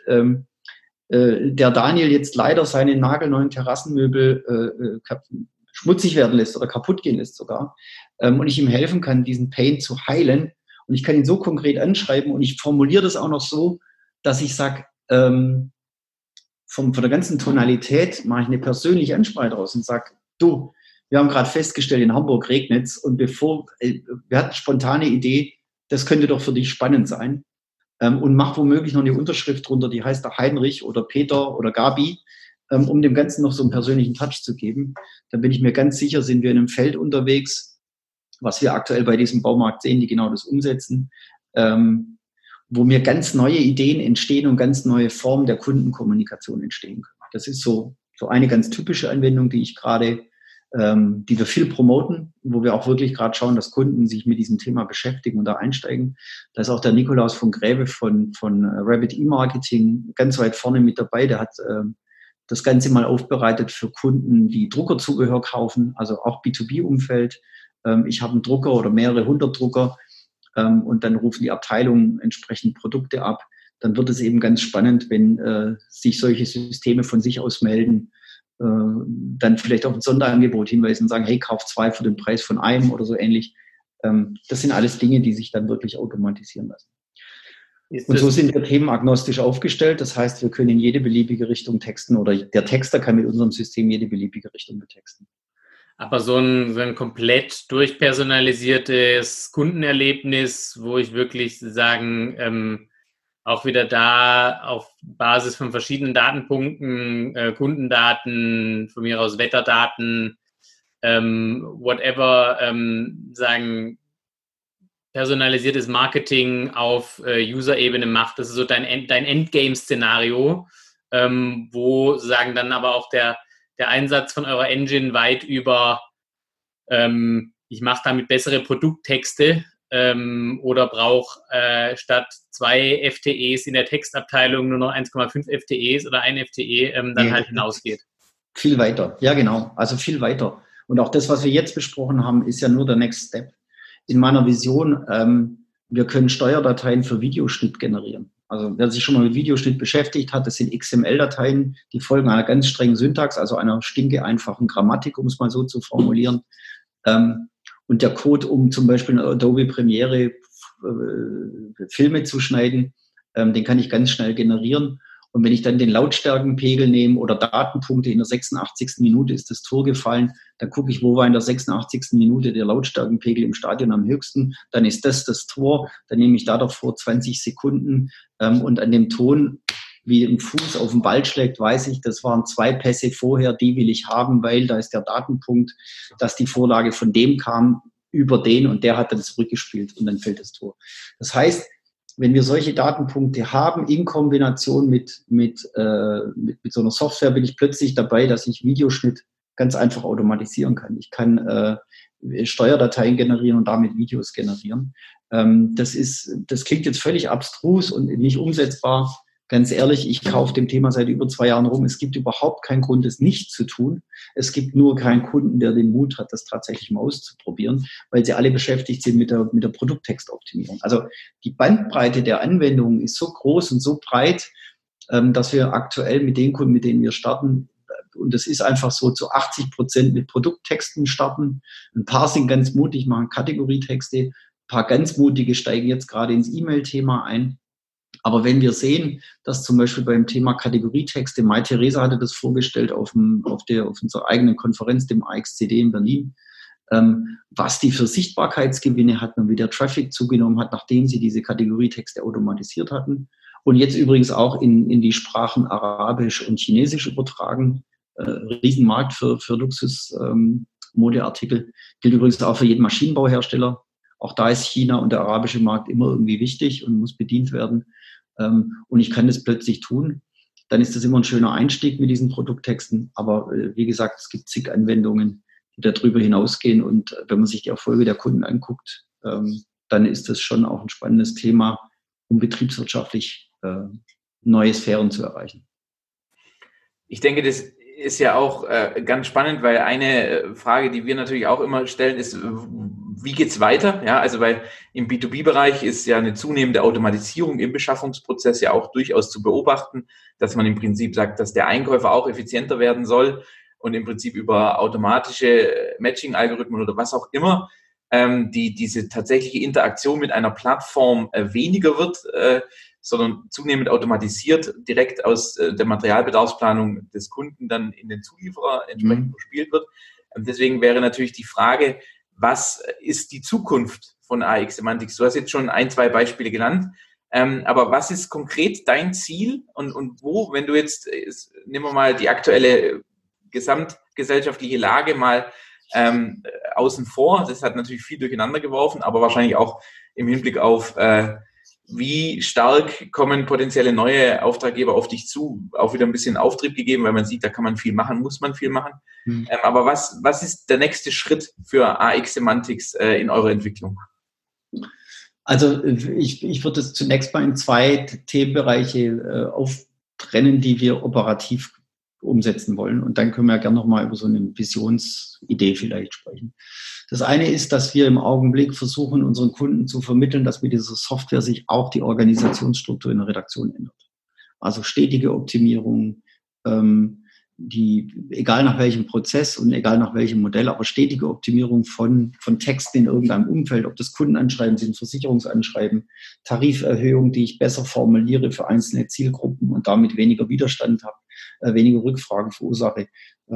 der Daniel jetzt leider seine nagelneuen Terrassenmöbel schmutzig werden lässt oder kaputt gehen lässt sogar, und ich ihm helfen kann, diesen Pain zu heilen, und ich kann ihn so konkret anschreiben und ich formuliere das auch noch so, dass ich sage, von der ganzen Tonalität mache ich eine persönliche Ansprache draus und sage, du, wir haben gerade festgestellt, in Hamburg regnet es und wir hatten eine spontane Idee, das könnte doch für dich spannend sein, und mach womöglich noch eine Unterschrift drunter, die heißt der Heinrich oder Peter oder Gabi, um dem Ganzen noch so einen persönlichen Touch zu geben. Dann bin ich mir ganz sicher, sind wir in einem Feld unterwegs, was wir aktuell bei diesem Baumarkt sehen, die genau das umsetzen, wo mir ganz neue Ideen entstehen und ganz neue Formen der Kundenkommunikation entstehen können. Das ist so eine ganz typische Anwendung, die wir viel promoten, wo wir auch wirklich gerade schauen, dass Kunden sich mit diesem Thema beschäftigen und da einsteigen. Da ist auch der Nikolaus von Gräbe von Rabbit E-Marketing ganz weit vorne mit dabei. Der hat das Ganze mal aufbereitet für Kunden, die Druckerzubehör kaufen, also auch B2B-Umfeld. Ich habe einen Drucker oder mehrere 100 Drucker und dann rufen die Abteilungen entsprechend Produkte ab. Dann wird es eben ganz spannend, wenn sich solche Systeme von sich aus melden, dann vielleicht auf ein Sonderangebot hinweisen und sagen, hey, kauf 2 für den Preis von einem oder so ähnlich. Das sind alles Dinge, die sich dann wirklich automatisieren lassen. Und so sind wir themenagnostisch aufgestellt. Das heißt, wir können in jede beliebige Richtung texten oder der Texter kann mit unserem System jede beliebige Richtung betexten. Aber so ein komplett durchpersonalisiertes Kundenerlebnis, wo ich wirklich sagen, auch wieder da auf Basis von verschiedenen Datenpunkten, Kundendaten, von mir aus Wetterdaten, whatever, sagen, personalisiertes Marketing auf User-Ebene macht. Das ist so dein Endgame-Szenario, wo sagen dann aber auch der Einsatz von eurer Engine weit über ich mache damit bessere Produkttexte oder brauche statt 2 FTEs in der Textabteilung nur noch 1,5 FTEs oder 1 FTE dann halt hinausgeht. Viel weiter, ja genau, also viel weiter. Und auch das, was wir jetzt besprochen haben, ist ja nur der Next Step. In meiner Vision, wir können Steuerdateien für Videoschnitt generieren. Also wer sich schon mal mit Videoschnitt beschäftigt hat, das sind XML-Dateien, die folgen einer ganz strengen Syntax, also einer stinke einfachen Grammatik, um es mal so zu formulieren. Und der Code, um zum Beispiel in Adobe Premiere Filme zu schneiden, den kann ich ganz schnell generieren. Und wenn ich dann den Lautstärkenpegel nehme oder Datenpunkte, in der 86. Minute ist das Tor gefallen, dann gucke ich, wo war in der 86. Minute der Lautstärkenpegel im Stadion am höchsten, dann ist das Tor, dann nehme ich da davor 20 Sekunden und an dem Ton, wie ein Fuß auf den Ball schlägt, weiß ich, das waren 2 Pässe vorher, die will ich haben, weil da ist der Datenpunkt, dass die Vorlage von dem kam, über den und der hat dann zurückgespielt und dann fällt das Tor. Das heißt, wenn wir solche Datenpunkte haben, in Kombination mit so einer Software, bin ich plötzlich dabei, dass ich Videoschnitt ganz einfach automatisieren kann. Ich kann Steuerdateien generieren und damit Videos generieren. Das klingt jetzt völlig abstrus und nicht umsetzbar. Ganz ehrlich, ich kaufe dem Thema seit über 2 Jahren rum. Es gibt überhaupt keinen Grund, es nicht zu tun. Es gibt nur keinen Kunden, der den Mut hat, das tatsächlich mal auszuprobieren, weil sie alle beschäftigt sind mit der Produkttextoptimierung. Also die Bandbreite der Anwendungen ist so groß und so breit, dass wir aktuell mit den Kunden, mit denen wir starten, und das ist einfach so, zu 80% mit Produkttexten starten. Ein paar sind ganz mutig, machen Kategorietexte. Ein paar ganz mutige steigen jetzt gerade ins E-Mail-Thema ein. Aber wenn wir sehen, dass zum Beispiel beim Thema Kategorietexte, Mai-Theresa hatte das vorgestellt auf unserer eigenen Konferenz, dem AXCD in Berlin, was die für Sichtbarkeitsgewinne hatten und wie der Traffic zugenommen hat, nachdem sie diese Kategorietexte automatisiert hatten. Und jetzt übrigens auch in die Sprachen Arabisch und Chinesisch übertragen. Riesenmarkt für Luxus-Modeartikel. Gilt übrigens auch für jeden Maschinenbauhersteller. Auch da ist China und der arabische Markt immer irgendwie wichtig und muss bedient werden. Und ich kann das plötzlich tun. Dann ist das immer ein schöner Einstieg mit diesen Produkttexten. Aber wie gesagt, es gibt zig Anwendungen, die darüber hinausgehen. Und wenn man sich die Erfolge der Kunden anguckt, dann ist das schon auch ein spannendes Thema, um betriebswirtschaftlich neue Sphären zu erreichen. Ich denke, das ist ja auch ganz spannend, weil eine Frage, die wir natürlich auch immer stellen, ist, wie geht's weiter? Ja, also weil im B2B-Bereich ist ja eine zunehmende Automatisierung im Beschaffungsprozess ja auch durchaus zu beobachten, dass man im Prinzip sagt, dass der Einkäufer auch effizienter werden soll und im Prinzip über automatische Matching-Algorithmen oder was auch immer diese tatsächliche Interaktion mit einer Plattform weniger wird, sondern zunehmend automatisiert direkt aus der Materialbedarfsplanung des Kunden dann in den Zulieferer entsprechend verspielt wird. Deswegen wäre natürlich die Frage, was ist die Zukunft von AX Semantics? Du hast jetzt schon 1, 2 Beispiele genannt, aber was ist konkret dein Ziel und wo, wenn du jetzt, nehmen wir mal die aktuelle gesamtgesellschaftliche Lage mal außen vor, das hat natürlich viel durcheinander geworfen, aber wahrscheinlich auch im Hinblick auf wie stark kommen potenzielle neue Auftraggeber auf dich zu? Auch wieder ein bisschen Auftrieb gegeben, weil man sieht, da kann man viel machen, muss man viel machen. Aber was ist der nächste Schritt für AX Semantics in eurer Entwicklung? Also ich würde es zunächst mal in 2 Themenbereiche auftrennen, die wir operativ umsetzen wollen. Und dann können wir ja gerne nochmal über so eine Visionsidee vielleicht sprechen. Das eine ist, dass wir im Augenblick versuchen, unseren Kunden zu vermitteln, dass mit dieser Software sich auch die Organisationsstruktur in der Redaktion ändert. Also stetige Optimierung, egal nach welchem Prozess und egal nach welchem Modell, aber stetige Optimierung von Texten in irgendeinem Umfeld, ob das Kundenanschreiben sind, Versicherungsanschreiben, Tariferhöhungen, die ich besser formuliere für einzelne Zielgruppen und damit weniger Widerstand habe, weniger Rückfragen verursache.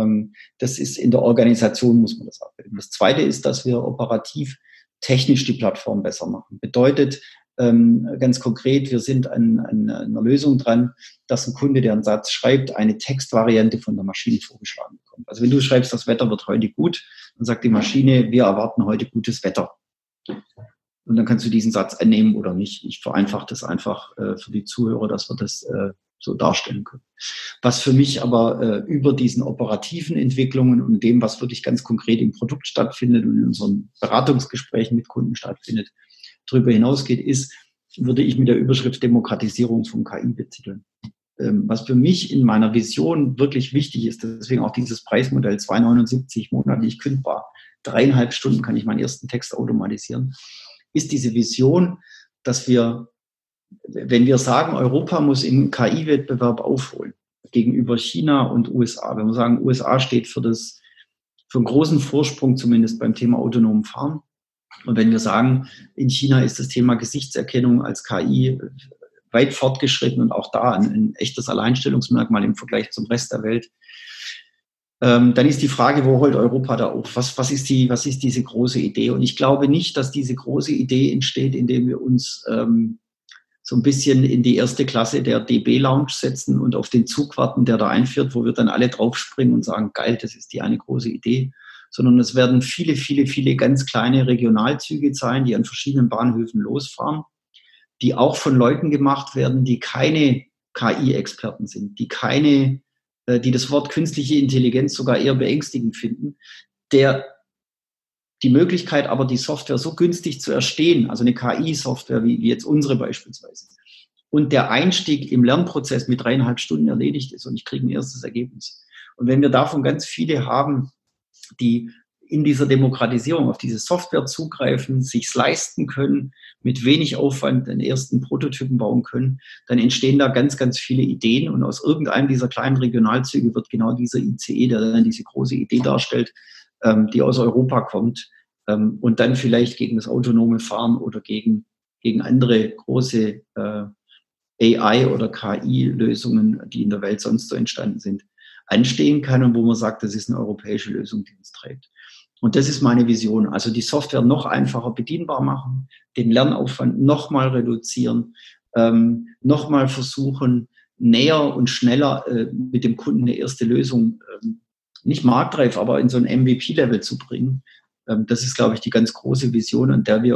Das ist in der Organisation, muss man das abbilden. Das Zweite ist, dass wir operativ technisch die Plattform besser machen. Bedeutet ganz konkret, wir sind an einer Lösung dran, dass ein Kunde, der einen Satz schreibt, eine Textvariante von der Maschine vorgeschlagen bekommt. Also wenn du schreibst, das Wetter wird heute gut, dann sagt die Maschine, wir erwarten heute gutes Wetter. Und dann kannst du diesen Satz annehmen oder nicht. Ich vereinfache das einfach für die Zuhörer, dass wir das so darstellen können. Was für mich aber über diesen operativen Entwicklungen und dem, was wirklich ganz konkret im Produkt stattfindet und in unseren Beratungsgesprächen mit Kunden stattfindet, darüber hinausgeht, ist, würde ich mit der Überschrift Demokratisierung von KI betiteln. Was für mich in meiner Vision wirklich wichtig ist, deswegen auch dieses Preismodell 2,79 monatlich kündbar, 3,5 Stunden kann ich meinen ersten Text automatisieren, ist diese Vision, dass wir, wenn wir sagen, Europa muss im KI-Wettbewerb aufholen gegenüber China und USA, wenn wir sagen, USA steht für einen großen Vorsprung zumindest beim Thema autonomen Fahren. Und wenn wir sagen, in China ist das Thema Gesichtserkennung als KI weit fortgeschritten und auch da ein echtes Alleinstellungsmerkmal im Vergleich zum Rest der Welt, dann ist die Frage, wo holt Europa da auf? Was ist diese große Idee? Und ich glaube nicht, dass diese große Idee entsteht, indem wir uns so ein bisschen in die erste Klasse der DB-Lounge setzen und auf den Zug warten, der da einführt, wo wir dann alle draufspringen und sagen, geil, das ist die eine große Idee. Sondern es werden viele, viele, viele ganz kleine Regionalzüge sein, die an verschiedenen Bahnhöfen losfahren, die auch von Leuten gemacht werden, die keine KI-Experten sind, die das Wort künstliche Intelligenz sogar eher beängstigend finden, die Möglichkeit aber, die Software so günstig zu erstehen, also eine KI-Software wie jetzt unsere beispielsweise, und der Einstieg im Lernprozess mit 3,5 Stunden erledigt ist und ich kriege ein erstes Ergebnis. Und wenn wir davon ganz viele haben, die in dieser Demokratisierung auf diese Software zugreifen, sich's leisten können, mit wenig Aufwand den ersten Prototypen bauen können, dann entstehen da ganz, ganz viele Ideen und aus irgendeinem dieser kleinen Regionalzüge wird genau dieser ICE, der dann diese große Idee darstellt, die aus Europa kommt und dann vielleicht gegen das autonome Fahren oder gegen andere große AI- oder KI-Lösungen, die in der Welt sonst so entstanden sind, anstehen kann und wo man sagt, das ist eine europäische Lösung, die uns trägt. Und das ist meine Vision. Also die Software noch einfacher bedienbar machen, den Lernaufwand nochmal reduzieren, nochmal versuchen, näher und schneller mit dem Kunden eine erste Lösung, nicht marktreif, aber in so ein MVP-Level zu bringen. Das ist, glaube ich, die ganz große Vision, an der wir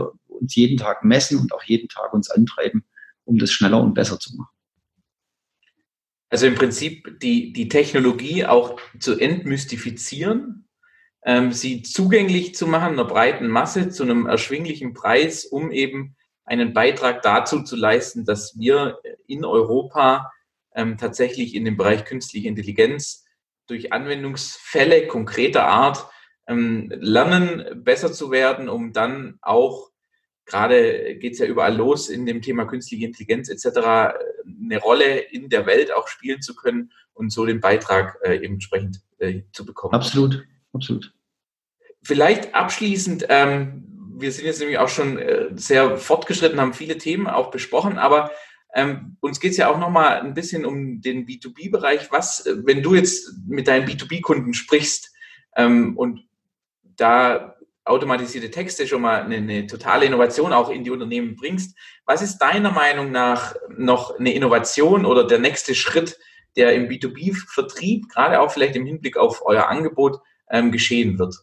uns jeden Tag messen und auch jeden Tag uns antreiben, um das schneller und besser zu machen. Also im Prinzip die Technologie auch zu entmystifizieren, sie zugänglich zu machen, einer breiten Masse zu einem erschwinglichen Preis, um eben einen Beitrag dazu zu leisten, dass wir in Europa tatsächlich in dem Bereich künstliche Intelligenz durch Anwendungsfälle konkreter Art lernen, besser zu werden, um dann auch, gerade geht es ja überall los in dem Thema künstliche Intelligenz etc., eine Rolle in der Welt auch spielen zu können und so den Beitrag eben entsprechend zu bekommen. Absolut, absolut. Vielleicht abschließend, wir sind jetzt nämlich auch schon sehr fortgeschritten, haben viele Themen auch besprochen, aber uns geht es ja auch nochmal ein bisschen um den B2B-Bereich. Was, wenn du jetzt mit deinen B2B-Kunden sprichst und da automatisierte Texte schon mal eine totale Innovation auch in die Unternehmen bringst, was ist deiner Meinung nach noch eine Innovation oder der nächste Schritt, der im B2B-Vertrieb, gerade auch vielleicht im Hinblick auf euer Angebot, geschehen wird?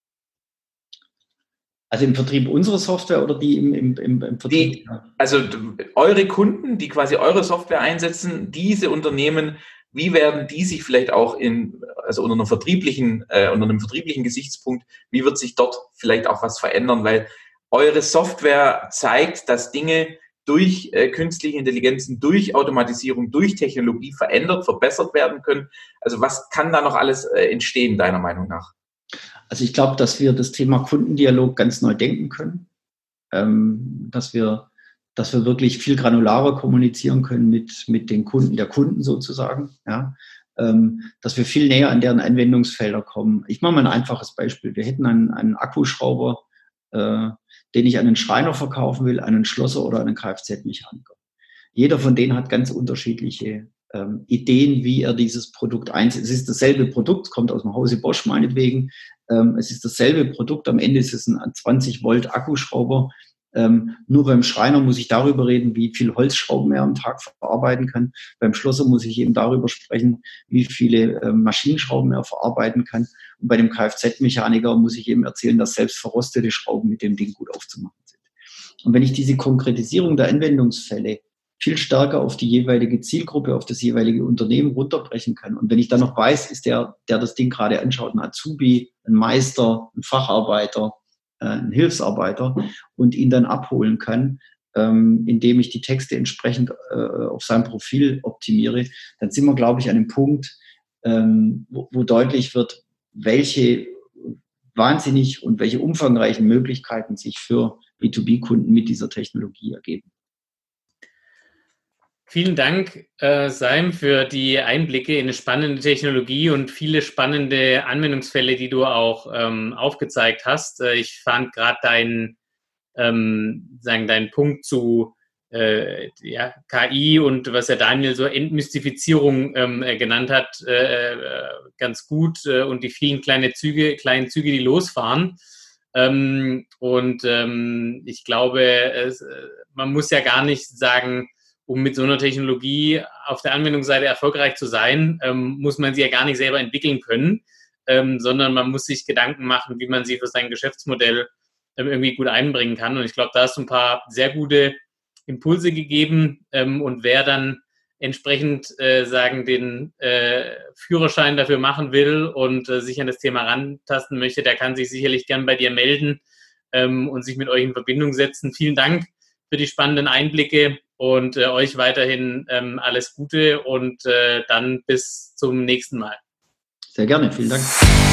Also im Vertrieb unserer Software oder die im Vertrieb? Also eure Kunden, die quasi eure Software einsetzen, diese Unternehmen, wie werden die sich vielleicht auch unter einem vertrieblichen Gesichtspunkt, wie wird sich dort vielleicht auch was verändern? Weil eure Software zeigt, dass Dinge durch künstliche Intelligenzen, durch Automatisierung, durch Technologie verändert, verbessert werden können. Also was kann da noch alles entstehen, deiner Meinung nach? Also ich glaube, dass wir das Thema Kundendialog ganz neu denken können, dass wir wirklich viel granularer kommunizieren können mit den Kunden, der Kunden sozusagen, ja, dass wir viel näher an deren Anwendungsfelder kommen. Ich mache mal ein einfaches Beispiel. Wir hätten einen Akkuschrauber, den ich an einen Schreiner verkaufen will, an einen Schlosser oder an einen Kfz-Mechaniker. Jeder von denen hat ganz unterschiedliche Ideen, wie er dieses Produkt einsetzt. Es ist dasselbe Produkt, kommt aus dem Hause Bosch meinetwegen. Es ist dasselbe Produkt, am Ende ist es ein 20 Volt Akkuschrauber. Nur beim Schreiner muss ich darüber reden, wie viel Holzschrauben er am Tag verarbeiten kann. Beim Schlosser muss ich eben darüber sprechen, wie viele Maschinenschrauben er verarbeiten kann. Und bei dem Kfz-Mechaniker muss ich eben erzählen, dass selbst verrostete Schrauben mit dem Ding gut aufzumachen sind. Und wenn ich diese Konkretisierung der Anwendungsfälle viel stärker auf die jeweilige Zielgruppe, auf das jeweilige Unternehmen runterbrechen kann. Und wenn ich dann noch weiß, ist der das Ding gerade anschaut, ein Azubi, ein Meister, ein Facharbeiter, ein Hilfsarbeiter und ihn dann abholen kann, indem ich die Texte entsprechend auf sein Profil optimiere, dann sind wir, glaube ich, an einem Punkt, wo deutlich wird, welche wahnsinnig und welche umfangreichen Möglichkeiten sich für B2B-Kunden mit dieser Technologie ergeben. Vielen Dank, Seim, für die Einblicke in eine spannende Technologie und viele spannende Anwendungsfälle, die du auch aufgezeigt hast. Ich fand gerade deinen Punkt zu KI und was der Daniel so Entmystifizierung genannt hat, ganz gut und die vielen kleinen Züge, die losfahren. Ich glaube, man muss ja gar nicht sagen, um mit so einer Technologie auf der Anwendungsseite erfolgreich zu sein, muss man sie ja gar nicht selber entwickeln können, sondern man muss sich Gedanken machen, wie man sie für sein Geschäftsmodell irgendwie gut einbringen kann. Und ich glaube, da hast du ein paar sehr gute Impulse gegeben. Und wer dann entsprechend den Führerschein dafür machen will und sich an das Thema rantasten möchte, der kann sich sicherlich gern bei dir melden und sich mit euch in Verbindung setzen. Vielen Dank für die spannenden Einblicke und euch weiterhin alles Gute und dann bis zum nächsten Mal. Sehr gerne, vielen Dank.